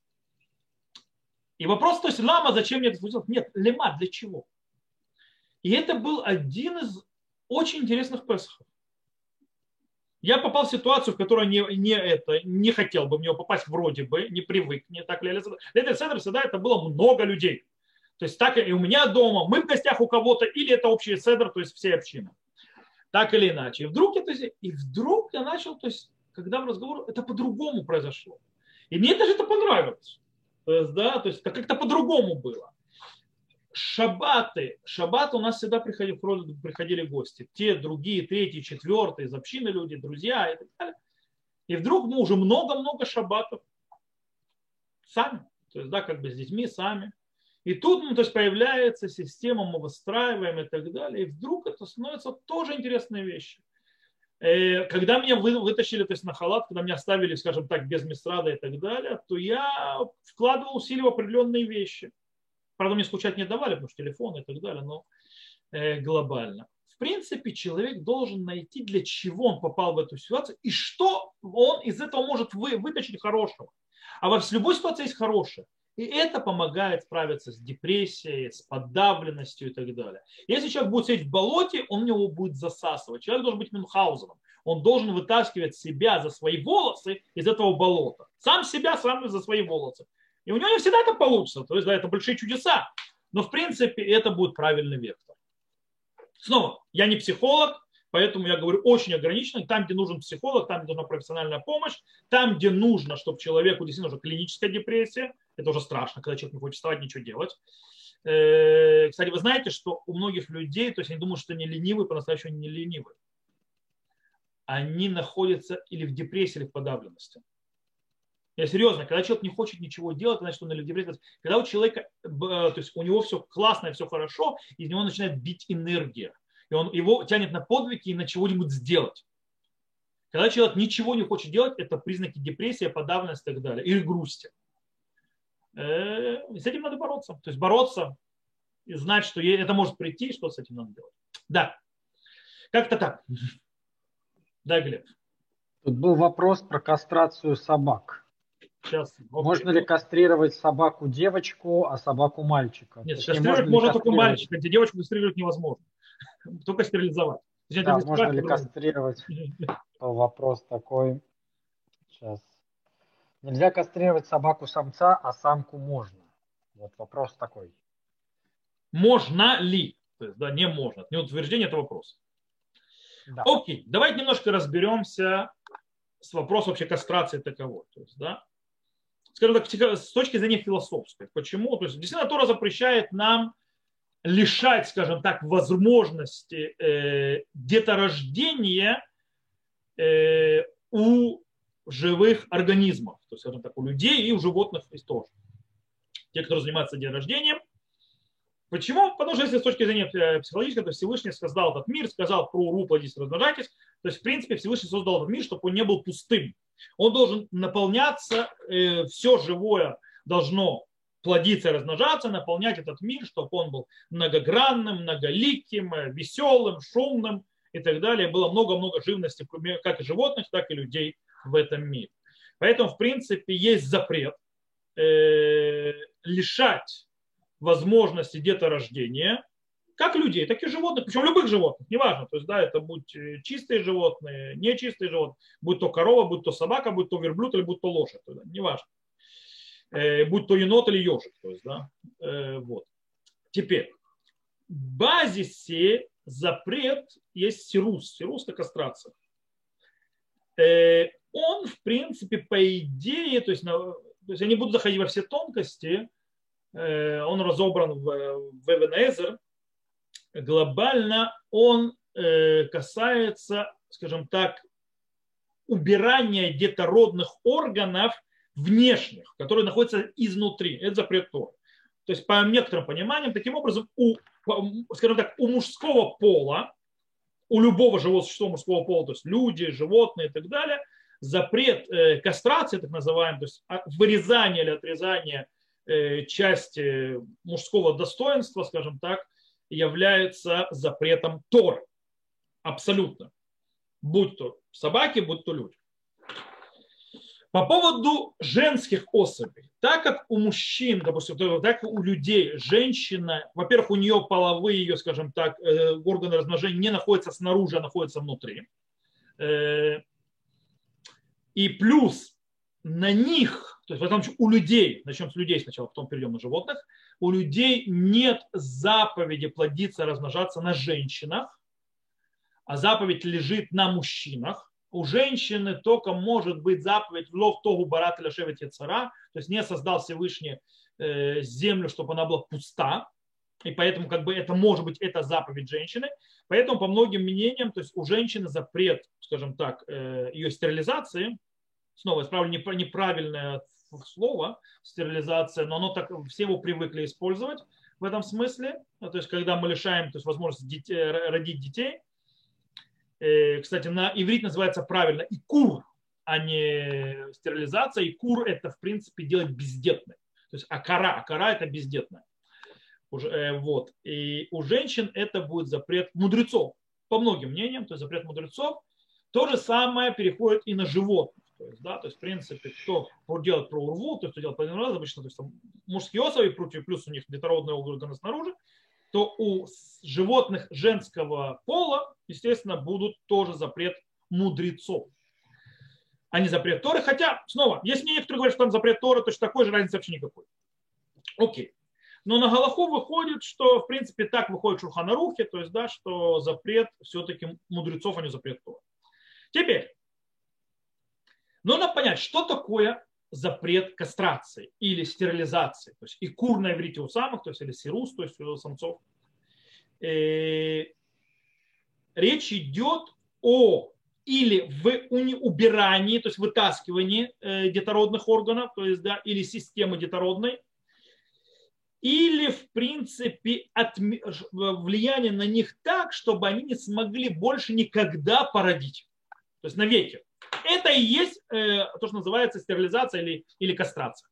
И вопрос, то есть, лама, зачем мне это случилось? Нет, лема, для чего? И это был один из очень интересных песахов. Я попал в ситуацию, в которой не хотел бы в него попасть вроде бы, не привык, не так Лейля Седер. Лейля Седер всегда это было много людей. То есть так и у меня дома, мы в гостях у кого-то, или это общий седер, то есть всей общины. Так или иначе. И вдруг я начал, то есть, когда в разговор, это по-другому произошло. И мне даже это понравилось. То есть, да, то есть это как-то по-другому было. Шаббаты у нас всегда приходили гости. Те, другие, третьи, четвертые, из общины люди, друзья и так далее. И вдруг мы уже много-много шаббатов сами. То есть, да, как бы с детьми сами. И тут то есть, появляется система, мы выстраиваем и так далее. И вдруг это становится тоже интересные вещи. Когда меня вытащили то есть, на халат, когда меня оставили, скажем так, без мисрада и так далее, то я вкладывал усилия в определенные вещи. Правда, мне скучать не давали, потому что телефон и так далее, но глобально. В принципе, человек должен найти, для чего он попал в эту ситуацию и что он из этого может вытащить хорошего. А в любой ситуации есть хорошее. И это помогает справиться с депрессией, с подавленностью и так далее. Если человек будет сидеть в болоте, он его будет засасывать. Человек должен быть Мюнхгаузеном. Он должен вытаскивать себя за свои волосы из этого болота. Сам себя, сам за свои волосы. И у него не всегда это получится. То есть, да, это большие чудеса. Но, в принципе, это будет правильный вектор. Снова, я не психолог, поэтому я говорю очень ограниченно. Там, где нужен психолог, там, где нужна профессиональная помощь, там, где нужно, чтобы человеку действительно нужна клиническая депрессия. Это уже страшно, когда человек не хочет вставать, ничего делать. Кстати, вы знаете, что у многих людей, то есть они думают, что они ленивые, по-настоящему они не ленивые. Они находятся или в депрессии, или в подавленности. Я серьезно, когда человек не хочет ничего делать, значит, он или в депрессии. Когда у человека, то есть у него все классно и все хорошо, из него начинает бить энергия. И он его тянет на подвиги и на чего-нибудь сделать. Когда человек ничего не хочет делать, это признаки депрессии, подавленности и так далее. Или грусти. И с этим надо бороться. То есть бороться и знать, что это может прийти, что с этим надо делать. Да. Как-то так. Да, Глеб. Тут был вопрос про кастрацию собак. Сейчас. Можно ли кастрировать собаку девочку, а собаку мальчика? Нет, кастрировать можно только мальчика, где девочку кастрировать невозможно. Только стерилизовать. Да, можно ли кастрировать? Вопрос такой. Сейчас. Нельзя кастрировать собаку-самца, а самку можно. Вот вопрос такой. Можно ли? То есть, да, не можно. Не утверждение, это вопрос. Да. Окей, давайте немножко разберемся с вопросом вообще кастрации таковой. То есть, да, скажем так, с точки зрения философской. Почему? То есть, действительно, Тора запрещает нам лишать, скажем так, возможности деторождения у живых организмов, то есть, скажем так, у людей и у животных тоже. Те, кто занимается деторождением. Почему? Потому что если с точки зрения психологической, то Всевышний создал этот мир, сказал про уру, плодитесь, размножайтесь. То есть, в принципе, Всевышний создал этот мир, чтобы он не был пустым. Он должен наполняться, все живое должно плодиться и размножаться, наполнять этот мир, чтобы он был многогранным, многоликим, веселым, шумным и так далее. Было много-много живности, как и животных, так и людей в этом мире. Поэтому, в принципе, есть запрет лишать возможности деторождения как людей, так и животных, причем любых животных, неважно, то есть, да, это будь чистые животные, нечистые животные, будь то корова, будь то собака, будь то верблюд или будь то лошадь, то, да, неважно, будь то енот или ежик, то есть, да, вот. Теперь, в базисе запрет есть сирус, это кастрация. Он, в принципе, по идее, то есть я не буду заходить во все тонкости, он разобран в Эбен Эзер, глобально он касается, скажем так, убирания детородных органов внешних, которые находятся изнутри. Это запрет Торы. То есть по некоторым пониманиям, таким образом, скажем так, у мужского пола, у любого живого существа мужского пола, то есть люди, животные и так далее, запрет кастрации, так называемый, то есть вырезания или отрезания части мужского достоинства, скажем так, является запретом Торы. Абсолютно. Будь то собаки, будь то люди. По поводу женских особей. Так как у мужчин, допустим, так как у людей женщина, во-первых, у нее половые, ее, скажем так, органы размножения не находятся снаружи, а находятся внутри. И плюс на них, то есть потому что у людей, начнем с людей сначала, потом перейдем на животных, у людей нет заповеди плодиться, размножаться на женщинах, а заповедь лежит на мужчинах. У женщины только может быть заповедь «Лов тогу барат ляшевет яцара», то есть не создал Всевышний землю, чтобы она была пуста, и поэтому как бы это может быть это заповедь женщины. Поэтому по многим мнениям, то есть у женщины запрет, скажем так, ее стерилизации, снова исправлю неправильное слово стерилизация, но оно так, все его привыкли использовать в этом смысле. То есть когда мы лишаем, то есть возможности родить детей. Кстати, на иврите называется правильно икур, а не стерилизация. Икур это в принципе делать бездетной. То есть акара это бездетная. Вот. И у женщин это будет запрет мудрецов. По многим мнениям, то есть запрет мудрецов. То же самое переходит и на животных. То есть, да, то есть в принципе, кто делает про урву, то есть кто делает по один раз, обычно то есть, там, мужские особи, плюс у них детородные органы снаружи, то у животных женского пола, естественно, будут тоже запрет мудрецов, а не запрет Торы. Хотя, снова, есть мнение, которые говорят, что там запрет Торы, то есть такой же разницы вообще никакой. Окей. Но на Галаху выходит, что, в принципе, так выходит в Шулхан Арухе, то есть, да, что запрет все-таки мудрецов, а не запрет Торы. Теперь, нужно понять, что такое запрет кастрации или стерилизации, то есть и кур на иврите у самок, то есть или сирус, то есть у самцов. Речь идет о или в убирании, то есть вытаскивании детородных органов, то есть, да, или системы детородной, или в принципе влияние на них так, чтобы они не смогли больше никогда породить, то есть навеки. Это и есть то, что называется стерилизация или кастрация.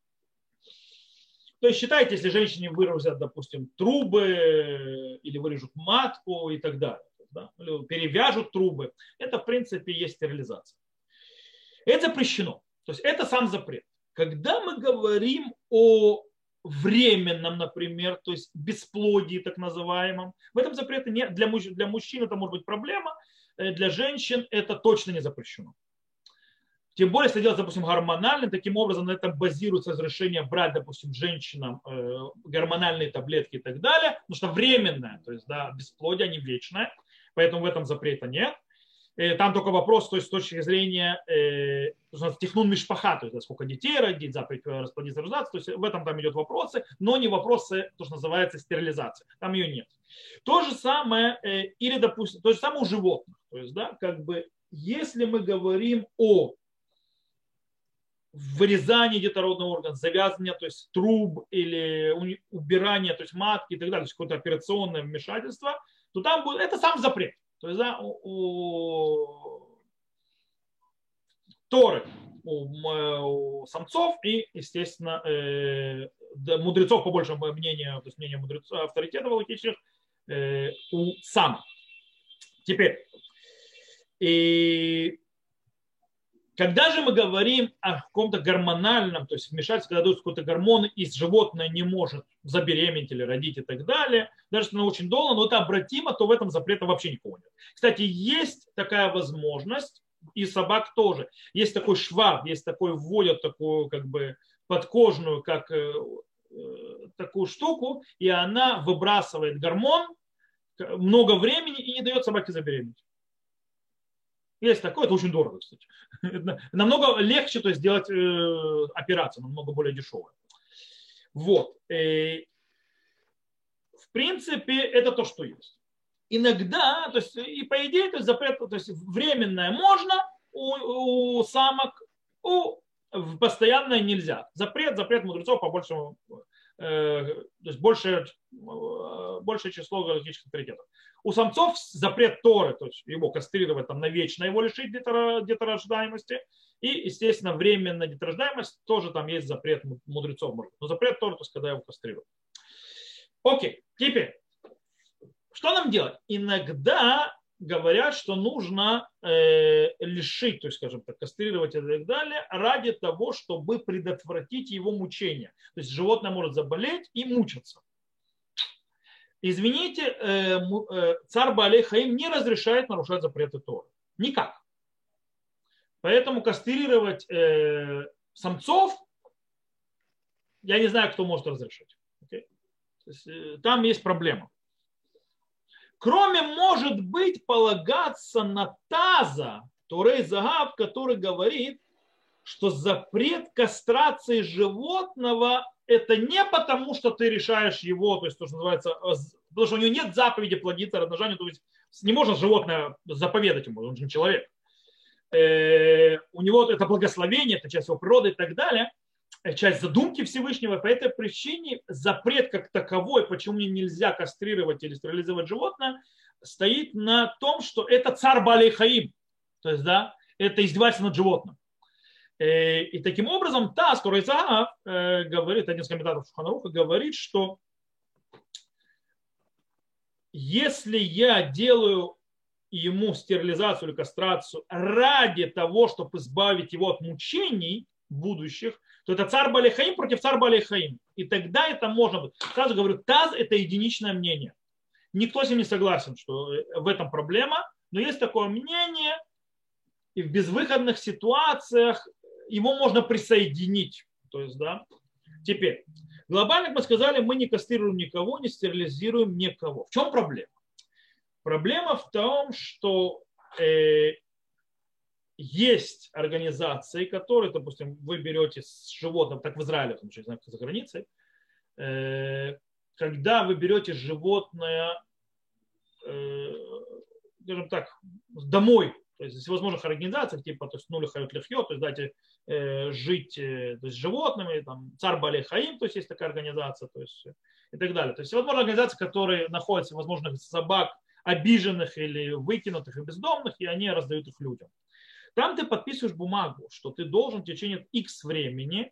То есть считайте, если женщине вырежут, допустим, трубы или вырежут матку и так далее, да, или перевяжут трубы, это в принципе есть стерилизация. Это запрещено. То есть это сам запрет. Когда мы говорим о временном, например, то есть бесплодии так называемом, в этом запрете нет. Для мужчин это может быть проблема, для женщин это точно не запрещено. Тем более, если делать, допустим, гормонально, таким образом на этом базируется разрешение брать, допустим, женщинам гормональные таблетки и так далее, потому что временное, то есть да, бесплодие, не вечное, поэтому в этом запрета нет. Там только вопрос, то есть с точки зрения технун мишпаха, то есть да, сколько детей родить, заповедь расплодиться, рождаться, то есть в этом там идет вопросы, но не вопросы, то, что называется стерилизация, там ее нет. То же самое, или, допустим, то же самое у животных, то есть, да, как бы, если мы говорим о вырезании детородного органа, завязывания, то есть труб или убирания, то есть матки и так далее, то есть какое-то операционное вмешательство, то там будет, это сам запрет. То есть да, у Торы, у самцов и, естественно, мудрецов, по большему мнению, то есть мнение мудрецов, авторитетов логических, у самок. Теперь, и когда же мы говорим о каком-то гормональном, то есть вмешательстве, когда дают какой-то гормон, и животное не может забеременеть или родить и так далее, даже если оно очень долго, но это обратимо, то в этом запрета вообще никого нет. Кстати, есть такая возможность, и собак тоже. Есть такой шваб, есть такой, вводят такую как бы подкожную, как такую штуку, и она выбрасывает гормон много времени и не дает собаке забеременеть. Есть такое, это очень дорого, кстати. Намного легче, то есть, сделать операцию, намного более дешевая. Вот. В принципе, это то, что есть. Иногда, то есть, и по идее, то есть, запрет, то есть, временное можно у самок, постоянное нельзя. Запрет мудрецов по большему, то есть, большее число галактических авторитетов. У самцов запрет Торы, то есть его кастрировать, там, навечно его лишить деторождаемости. И, естественно, временная деторождаемость, тоже там есть запрет мудрецов. Но запрет Торы, то есть когда его кастрируют. Окей, теперь, что нам делать? Иногда говорят, что нужно лишить, то есть, скажем так, кастрировать и так далее, ради того, чтобы предотвратить его мучение. То есть животное может заболеть и мучиться. Извините, царь Баалей Хаим не разрешает нарушать запреты Торы. Никак. Поэтому кастрировать самцов, я не знаю, кто может разрешить. Okay? То есть, там есть проблема. Кроме, может быть, полагаться на Таза, Турей Загав, который говорит, что запрет кастрации животного это не потому, что ты решаешь его, то есть то, что называется, потому что у него нет заповеди плодиться, размножения, то есть не можно животное заповедать ему, он же не человек. У него это благословение, это часть его природы и так далее, часть задумки Всевышнего. По этой причине запрет как таковой, почему мне нельзя кастрировать или стерилизовать животное, стоит на том, что это царь Баалей Хаим, то есть да, это издевательство над животным. И таким образом Таз, который говорит, один из комментаторов Шулхан Аруха говорит, что если я делаю ему стерилизацию или кастрацию ради того, чтобы избавить его от мучений будущих, то это царь Баалей Хаим против царь Баалей Хаим. И тогда это можно быть. Сразу говорю, Таз это единичное мнение. Никто с ним не согласен, что в этом проблема, но есть такое мнение, и в безвыходных ситуациях его можно присоединить. То есть, да. Теперь, глобально, как мы сказали, мы не кастрируем никого, не стерилизируем никого. В чем проблема? Проблема в том, что есть организации, которые, допустим, вы берете с животным, так в Израиле, потому что я знаю, за границей, когда вы берете животное, скажем так, домой, то есть в всевозможных организациях, типа, то есть, нули хают лихьё, то есть дайте жить то есть, с животными, там, царь Баалей Хаим, то есть есть такая организация, то есть, и так далее. То есть всевозможные организации, которые находят всевозможных собак, обиженных или выкинутых и бездомных, и они раздают их людям. Там ты подписываешь бумагу, что ты должен в течение X времени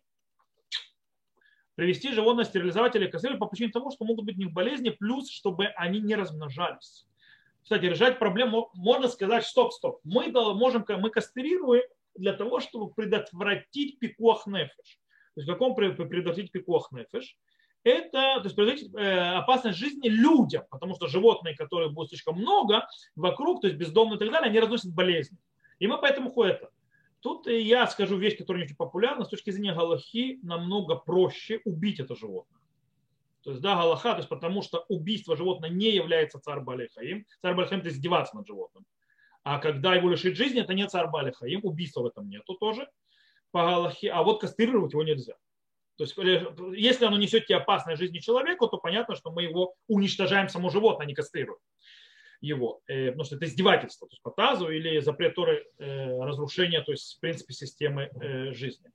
привести животное, стерилизовать или кастрировать по причине того, что могут быть у них болезни, плюс, чтобы они не размножались. Кстати, решать проблему, можно сказать, стоп. Мы кастрируем для того, чтобы предотвратить пикуах нефеш. То есть, в каком предотвратить пикуах нефеш? Это, то есть, предотвратить опасность жизни людям, потому что животные, которые будут слишком много вокруг, то есть бездомные и так далее, они разносят болезни. И мы поэтому это. Тут я скажу вещь, которая не очень популярна. С точки зрения галахи намного проще убить это животное. То есть, да, галаха, то есть, потому что убийство животного не является царь Баалей Хаим. Царь Баалей Хаим – это издеваться над животным. А когда его лишить жизни, это не царь Баалей Хаим. Убийства в этом нету тоже по галахе. А вот кастрировать его нельзя. То есть, если оно несет тебе опасность жизни человеку, то понятно, что мы его уничтожаем, само животное, а не кастрируем его, потому что это издевательство, то есть по тазу или запрет Торы разрушения, то есть в принципе системы жизни.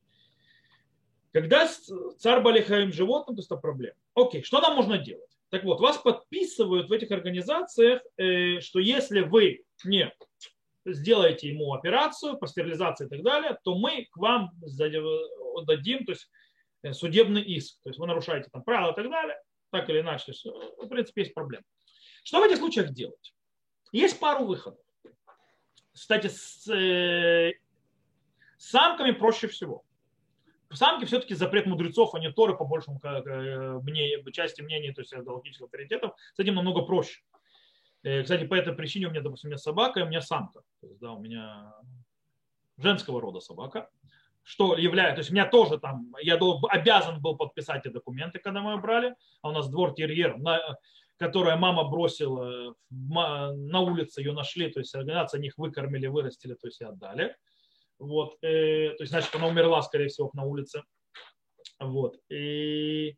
Когда царь Баалей Хаим животным, то это проблема. Окей, что нам можно делать? Так вот, вас подписывают в этих организациях, что если вы не сделаете ему операцию по стерилизации и так далее, то мы к вам дадим, то есть судебный иск. То есть вы нарушаете там правила и так далее, так или иначе. В принципе, есть проблема. Что в этих случаях делать? Есть пару выходов. Кстати, с самками проще всего. Самки все-таки запрет мудрецов, а не Торы, по большему части мнений, то есть галактических авторитетов, с этим намного проще. Кстати, по этой причине у меня, допустим, у меня собака, и у меня самка. То есть, да, у меня женского рода собака. Что является, то есть у меня тоже там, я обязан был подписать эти документы, когда мы ее брали, а у нас двор-терьер, которая мама бросила на улице, ее нашли, то есть организация них выкормили, вырастили, то есть и отдали. Вот, то есть, значит, она умерла, скорее всего, на улице. Вот. И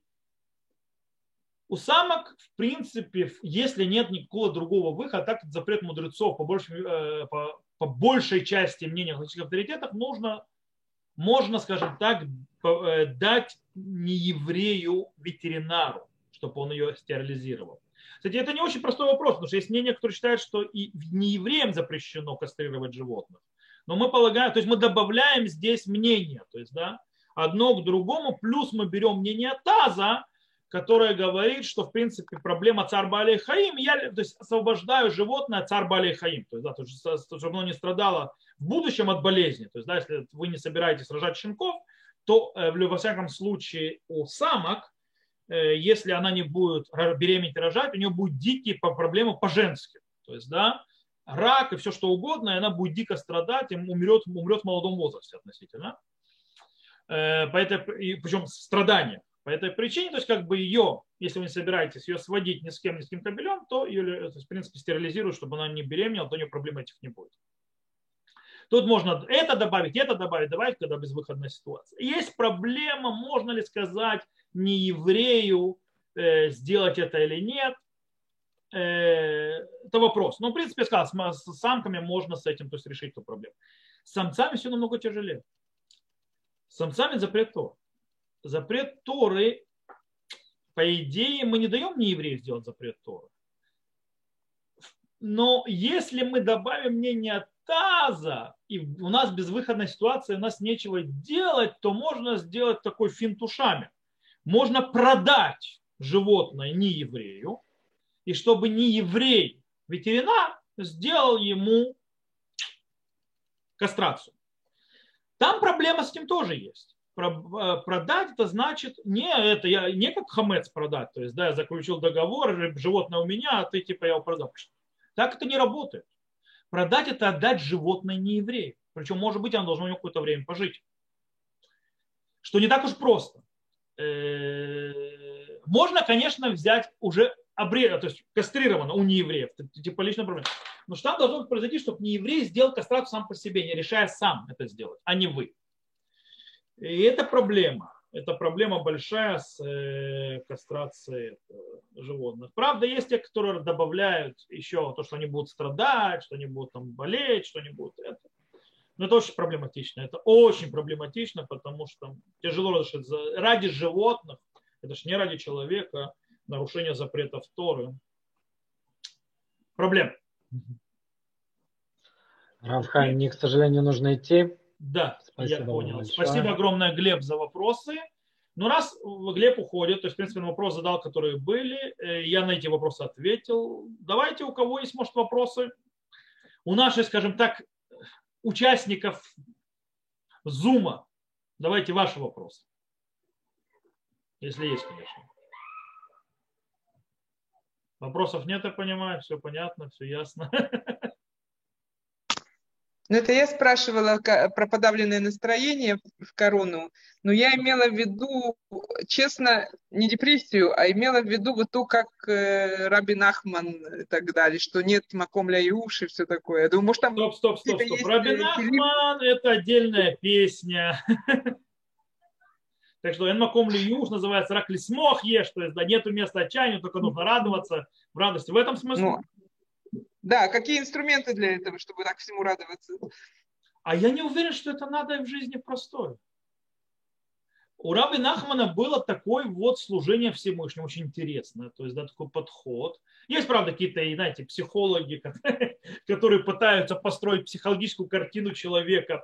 у самок, в принципе, если нет никакого другого выхода, так как запрет мудрецов по большей части мнения галактических авторитетов можно, скажем так, дать нееврею ветеринару, чтобы он ее стерилизировал. Кстати, это не очень простой вопрос, потому что есть мнение, которое считает, что и неевреям запрещено кастрировать животных. Но мы полагаем, то есть мы добавляем здесь мнение, то есть, да, одно к другому, плюс мы берем мнение Таза, которая говорит, что в принципе проблема царь Баалей Хаим, я то есть, освобождаю животное царь Баалей Хаим, то есть, да, чтобы оно не страдало в будущем от болезни. То есть, да, если вы не собираетесь рожать щенков, то во всяком случае у самок, если она не будет беременеть и рожать, у нее будут дикие проблемы по-женски. То есть, да, рак и все что угодно, и она будет дико страдать и умрет в молодом возрасте относительно. Причем страдания. По этой причине, то есть как бы ее, если вы не собираетесь ее сводить ни с каким кобелем, то ее, то есть, в принципе, стерилизируют, чтобы она не беременела, то у нее проблем этих не будет. Тут можно это добавить, когда безвыходная ситуация. Есть проблема, можно ли сказать не еврею сделать это или нет. Это вопрос. Но, в принципе, я сказал, с самками можно с этим то есть, решить эту проблему. С самцами все намного тяжелее. С самцами запрет Торы. Запрет Торы, по идее, мы не даем нееврею сделать запрет Торы. Но если мы добавим мнение Таза, и у нас безвыходная ситуация, у нас нечего делать, то можно сделать такой финт ушами. Можно продать животное нееврею, и чтобы нееврей, ветеринар, сделал ему кастрацию. Там проблема с этим тоже есть. Продать это значит не как хамец продать, то есть да, я заключил договор, животное у меня, а ты типа я его продал. Так это не работает. Продать это отдать животное не еврею. Причем, может быть, оно должно у него какое-то время пожить. Что не так уж просто. Можно, конечно, взять уже то есть кастрированно у неевреев, типа лично проблема. Но что там должно произойти, чтобы нееврей сделал кастрацию сам по себе, не решая сам это сделать, а не вы. И это проблема. Это проблема большая с кастрацией животных. Правда, есть те, которые добавляют еще то, что они будут страдать, что они будут там болеть, что они будут это. Но это очень проблематично. Это очень проблематично, потому что тяжело разрешить ради животных, это же не ради человека, нарушение запретов Торы. Проблема. Рав Хаим, мне, к сожалению, нужно идти. Да, Спасибо, я понял. большое. Спасибо огромное, Глеб, за вопросы. Ну, раз Глеб уходит, то есть, в принципе, на вопрос задал, которые были, я на эти вопросы ответил. Давайте, у кого есть, может, вопросы. У наших, скажем так, участников Зума, давайте ваши вопросы. Если есть, конечно. Вопросов нет, я понимаю, все понятно, все ясно. Ну, это я спрашивала про подавленное настроение в корону, но я имела в виду, честно, не депрессию, а имела в виду вот то, как Раби Нахман и так далее, что нет маком ля юш и все такое. Я думаю, может, там Стоп. Раби Нахман – это отдельная песня. Так что «Эн маком ли юш» называется «Рак ли смох ешь», то есть да, нету места отчаянию, только нужно радоваться в радости. В этом смысле. Ну, да, какие инструменты для этого, чтобы так всему радоваться? А я не уверен, что это надо и в жизни простой. У Раби Нахмана было такое вот служение Всевышнему, очень интересное, то есть да, такой подход. Есть, правда, какие-то, знаете, психологи, которые пытаются построить психологическую картину человека,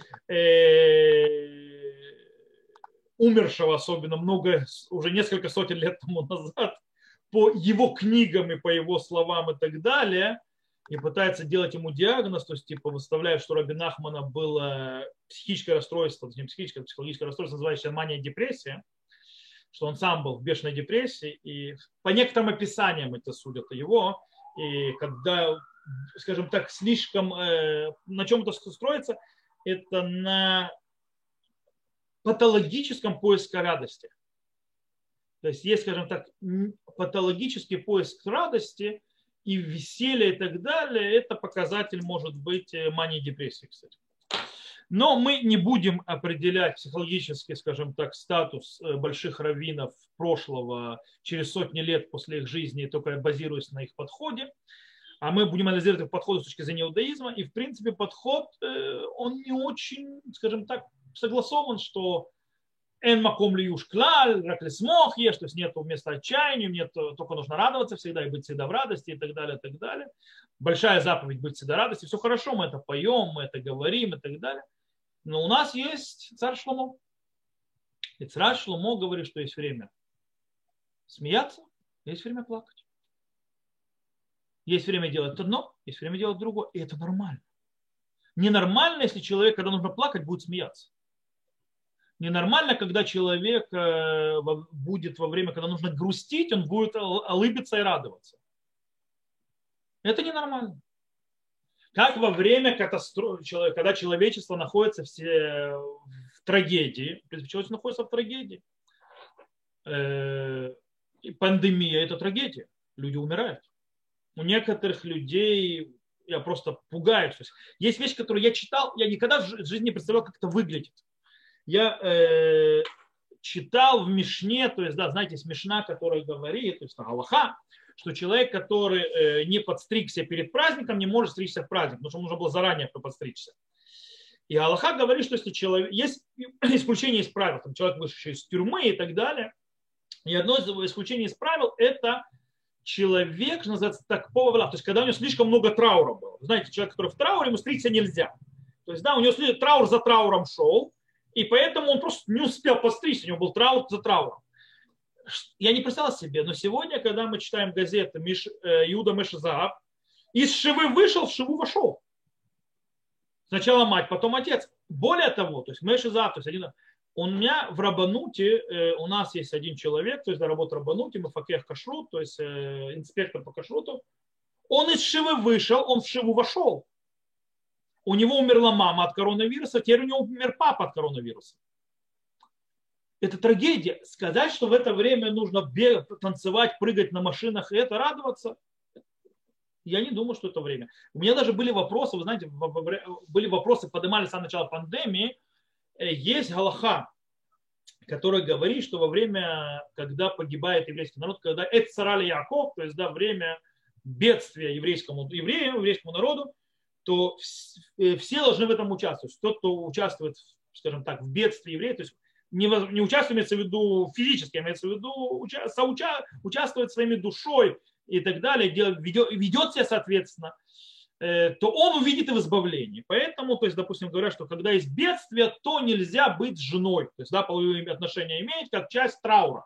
умершего особенно уже несколько сотен лет тому назад, по его книгам и по его словам и так далее, и пытается делать ему диагноз, то есть типа выставляет, что Раби Нахмана было психическое расстройство, не психическое, а психологическое расстройство, называющееся мания-депрессия, что он сам был в бешеной депрессии, и по некоторым описаниям это судят его, и когда, скажем так, слишком на чем-то строится, это на патологическом поиске радости. То есть есть, скажем так, патологический поиск радости и веселья и так далее. Это показатель может быть мании депрессии, кстати. Но мы не будем определять психологический, скажем так, статус больших раввинов прошлого через сотни лет после их жизни, только базируясь на их подходе. А мы будем анализировать их подходы с точки зрения иудаизма. И, в принципе, подход, он не очень, скажем так, согласован, что «эн маком ли юш клаль», «рак ли смох ешь», то есть нет места отчаянию, нет, только нужно радоваться всегда и быть всегда в радости и так далее, и так далее. Большая заповедь быть всегда в радости. Все хорошо, мы это поем, мы это говорим и так далее. Но у нас есть царь Шломо. И царь Шломо говорит, что есть время смеяться, есть время плакать. Есть время делать одно, есть время делать другое. И это нормально. Ненормально, если человек, когда нужно плакать, будет смеяться. Ненормально, когда человек будет во время, когда нужно грустить, он будет улыбиться и радоваться. Это ненормально. Как во время катастрофы, когда человечество находится в трагедии, человечество находится в трагедии. И пандемия – это трагедия. Люди умирают. У некоторых людей я просто пугаюсь. Есть вещи, которые я читал, я никогда в жизни не представлял, как это выглядит. Я читал в Мишне, то есть, да, знаете, есть Мишна, которая говорит, то есть Галаха, что человек, который не подстригся перед праздником, не может стричься в праздник, потому что нужно было заранее подстричься. И Галаха говорит, что если человек, есть исключение из правил, там человек вышедший из тюрьмы и так далее, и одно из исключений из правил – это человек, что называется, такого, то есть когда у него слишком много траура было. Знаете, человек, который в трауре, ему стричься нельзя. То есть, да, у него траур за трауром шел, и поэтому он просто не успел постричься, у него был траур за трауром. Я не представлял себе, но сегодня, когда мы читаем газеты Иуда Мешезаав, из Шивы вышел, в Шиву вошел. Сначала мать, потом отец. Более того, то есть Мешезаав, то есть у меня в Рабануте, у нас есть один человек, то есть работает в Рабануте, Мафакех Кашрут, то есть инспектор по кашруту. Он из Шивы вышел, он в Шиву вошел. У него умерла мама от коронавируса, теперь у него умер папа от коронавируса. Это трагедия. Сказать, что в это время нужно бегать, танцевать, прыгать на машинах и это радоваться, я не думаю, что это время. У меня даже были вопросы, вы знаете, были вопросы, поднимались с самого начала пандемии. Есть галаха, который говорит, что во время, когда погибает еврейский народ, когда Эт Царали Яков, то есть да, время бедствия еврейскому народу, то все должны в этом участвовать. Тот, кто участвует, скажем так, в бедствии евреев, то есть не участвует, имеется в виду физически, имеется в виду участвует своими душой и так далее, ведет себя соответственно, то он увидит и в избавлении. Поэтому, то есть, допустим, говорят, что когда есть бедствие, то нельзя быть женой, то есть, да, половые отношения иметь как часть траура.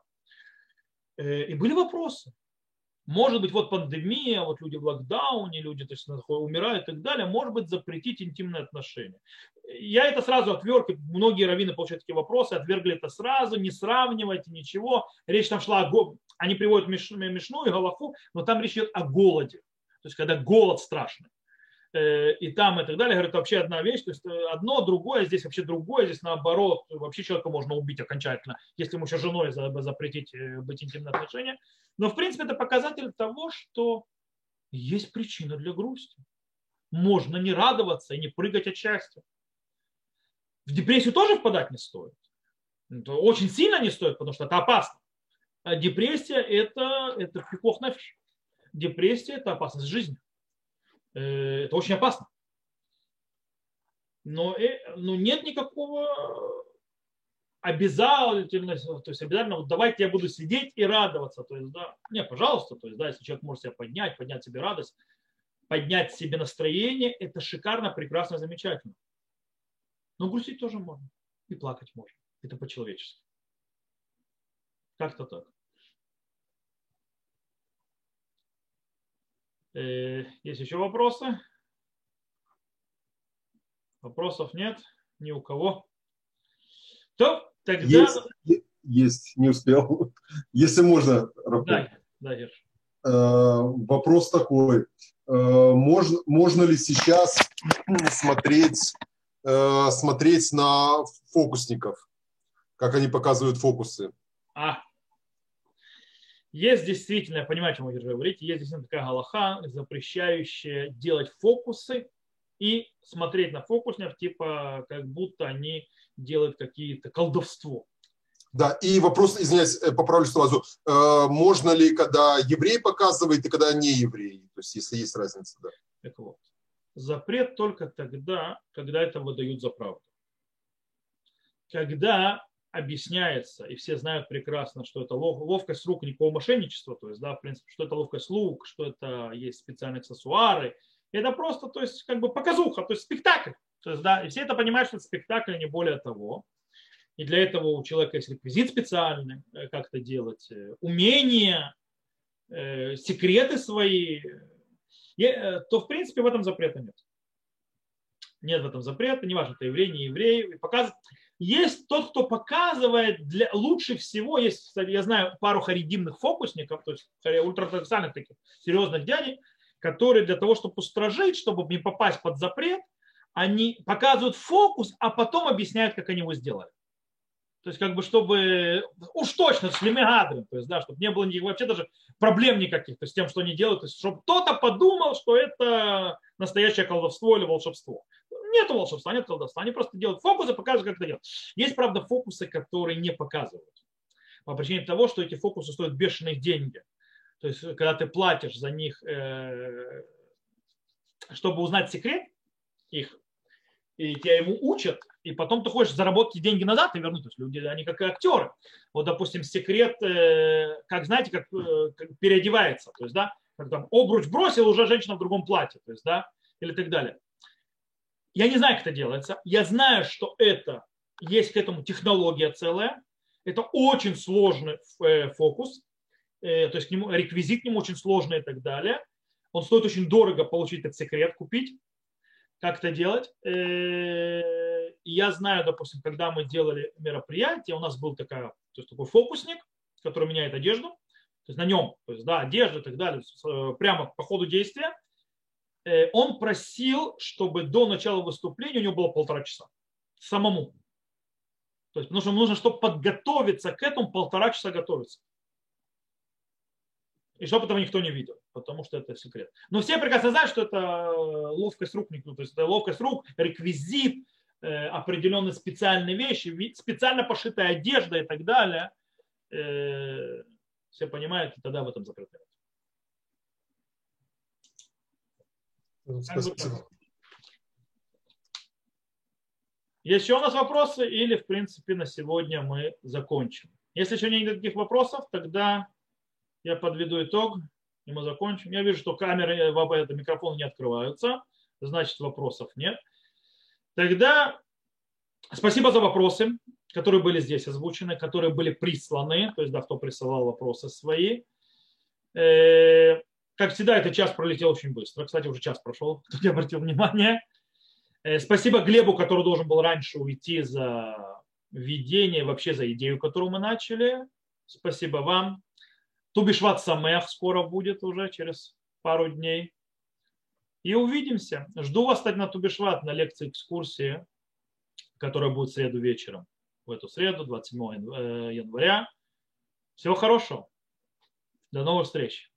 И были вопросы. Может быть, вот пандемия, вот люди в локдауне, люди, то есть, умирают и так далее, может быть, запретить интимные отношения. Я это сразу отверг, многие раввины получают такие вопросы, отвергли это сразу, не сравнивайте ничего. Речь там шла они приводят Мишну и Галаху, но там речь идет о голоде, то есть, когда голод страшный. И там и так далее, говорят, вообще одна вещь, то есть одно, другое, здесь вообще другое, здесь наоборот, вообще человека можно убить окончательно, если ему еще женой запретить быть интимным отношениям. Но в принципе это показатель того, что есть причина для грусти. Можно не радоваться и не прыгать от счастья. В депрессию тоже впадать не стоит. Очень сильно не стоит, потому что это опасно. А депрессия это пикох нафиш. Депрессия это опасность жизни. Это очень опасно. Но нет никакого обязательности, то есть обязательно вот давайте я буду сидеть и радоваться. То есть, да, не, пожалуйста, то есть, да, если человек может себя поднять себе радость, поднять себе настроение, это шикарно, прекрасно, замечательно. Но грустить тоже можно. И плакать можно. Это по-человечески. Как-то так. Есть еще вопросы? Вопросов нет ни у кого. То тогда... Есть, не успел. Если можно, да, Герш. Вопрос такой. Можно ли сейчас смотреть на фокусников, как они показывают фокусы? Есть действительно, я понимаю, о чем вы говорите, есть действительно такая галаха, запрещающая делать фокусы и смотреть на фокусников, типа как будто они делают какие-то колдовство. Да, и вопрос, извиняюсь, поправлю сразу, можно ли, когда еврей показывает и когда не еврей, то есть если есть разница, да. Так вот, запрет только тогда, когда это выдают за правду. Когда объясняется, и все знают прекрасно, что это ловкость рук, никакого мошенничества, то есть, да, в принципе, что это ловкость рук, что это есть специальные аксессуары, это просто, то есть, как бы показуха, то есть спектакль, то есть, да, и все это понимают, что это спектакль, не более того. И для этого у человека есть реквизит специальный, как это делать, умения, секреты свои, то в принципе в этом запрета нет. Нет в этом запрета, неважно, это еврей, не еврей. Есть тот, кто показывает лучше всего, есть, кстати, я знаю пару харидимных фокусников, то есть ультраортодоксальных таких серьезных дядей, которые для того, чтобы устражить, чтобы не попасть под запрет, они показывают фокус, а потом объясняют, как они его сделали. То есть, как бы, чтобы уж точно с лемегадром, то есть, да, чтобы не было никаких, вообще даже проблем никаких, то есть, с тем, что они делают, то есть, чтобы кто-то подумал, что это настоящее колдовство или волшебство. Нет волшебства, нет колдовства. Они просто делают фокусы, показывают, как это делать. Есть, правда, фокусы, которые не показывают. По причине того, что эти фокусы стоят бешеные деньги. То есть, когда ты платишь за них, чтобы узнать секрет их, и тебя ему учат, и потом ты хочешь заработать деньги назад и вернуть. То есть люди, они как актеры. Вот, допустим, секрет, как, знаете, как переодевается. То есть, да, как там обруч бросил, уже женщина в другом платье. То есть, да, или так далее. Я не знаю, как это делается. Я знаю, что это, есть к этому технология целая. Это очень сложный фокус. То есть к нему, реквизит к нему очень сложный и так далее. Он стоит очень дорого получить этот секрет, купить. Как это делать? И я знаю, допустим, когда мы делали мероприятие, у нас был такой фокусник, который меняет одежду. То есть на нем, то есть, да, одежда и так далее, прямо по ходу действия. Он просил, чтобы до начала выступления у него было 1,5 часа. Самому. То есть, потому что ему нужно, чтобы подготовиться к этому, 1,5 часа готовиться. И чтобы этого никто не видел, потому что это секрет. Но все прекрасно знают, что это ловкость рук, то есть это ловкость рук, реквизит, определенные специальные вещи, специально пошитая одежда и так далее. Все понимают, и тогда в этом запрет нет. Спасибо. Есть еще у нас вопросы или, в принципе, на сегодня мы закончим? Если еще нет никаких вопросов, тогда я подведу итог, и мы закончим. Я вижу, что камеры, микрофоны не открываются, значит, вопросов нет. Тогда спасибо за вопросы, которые были здесь озвучены, которые были присланы, то есть, да, кто присылал вопросы свои. Как всегда, этот час пролетел очень быстро. Кстати, уже час прошел, кто не обратил внимание. Спасибо Глебу, который должен был раньше уйти за введение, вообще за идею, которую мы начали. Спасибо вам. Тубишват Самех скоро будет уже через пару дней. И увидимся. Жду вас, кстати, на Тубишват, на лекции экскурсии, которая будет в среду вечером. В эту среду, 27 января. Всего хорошего. До новых встреч.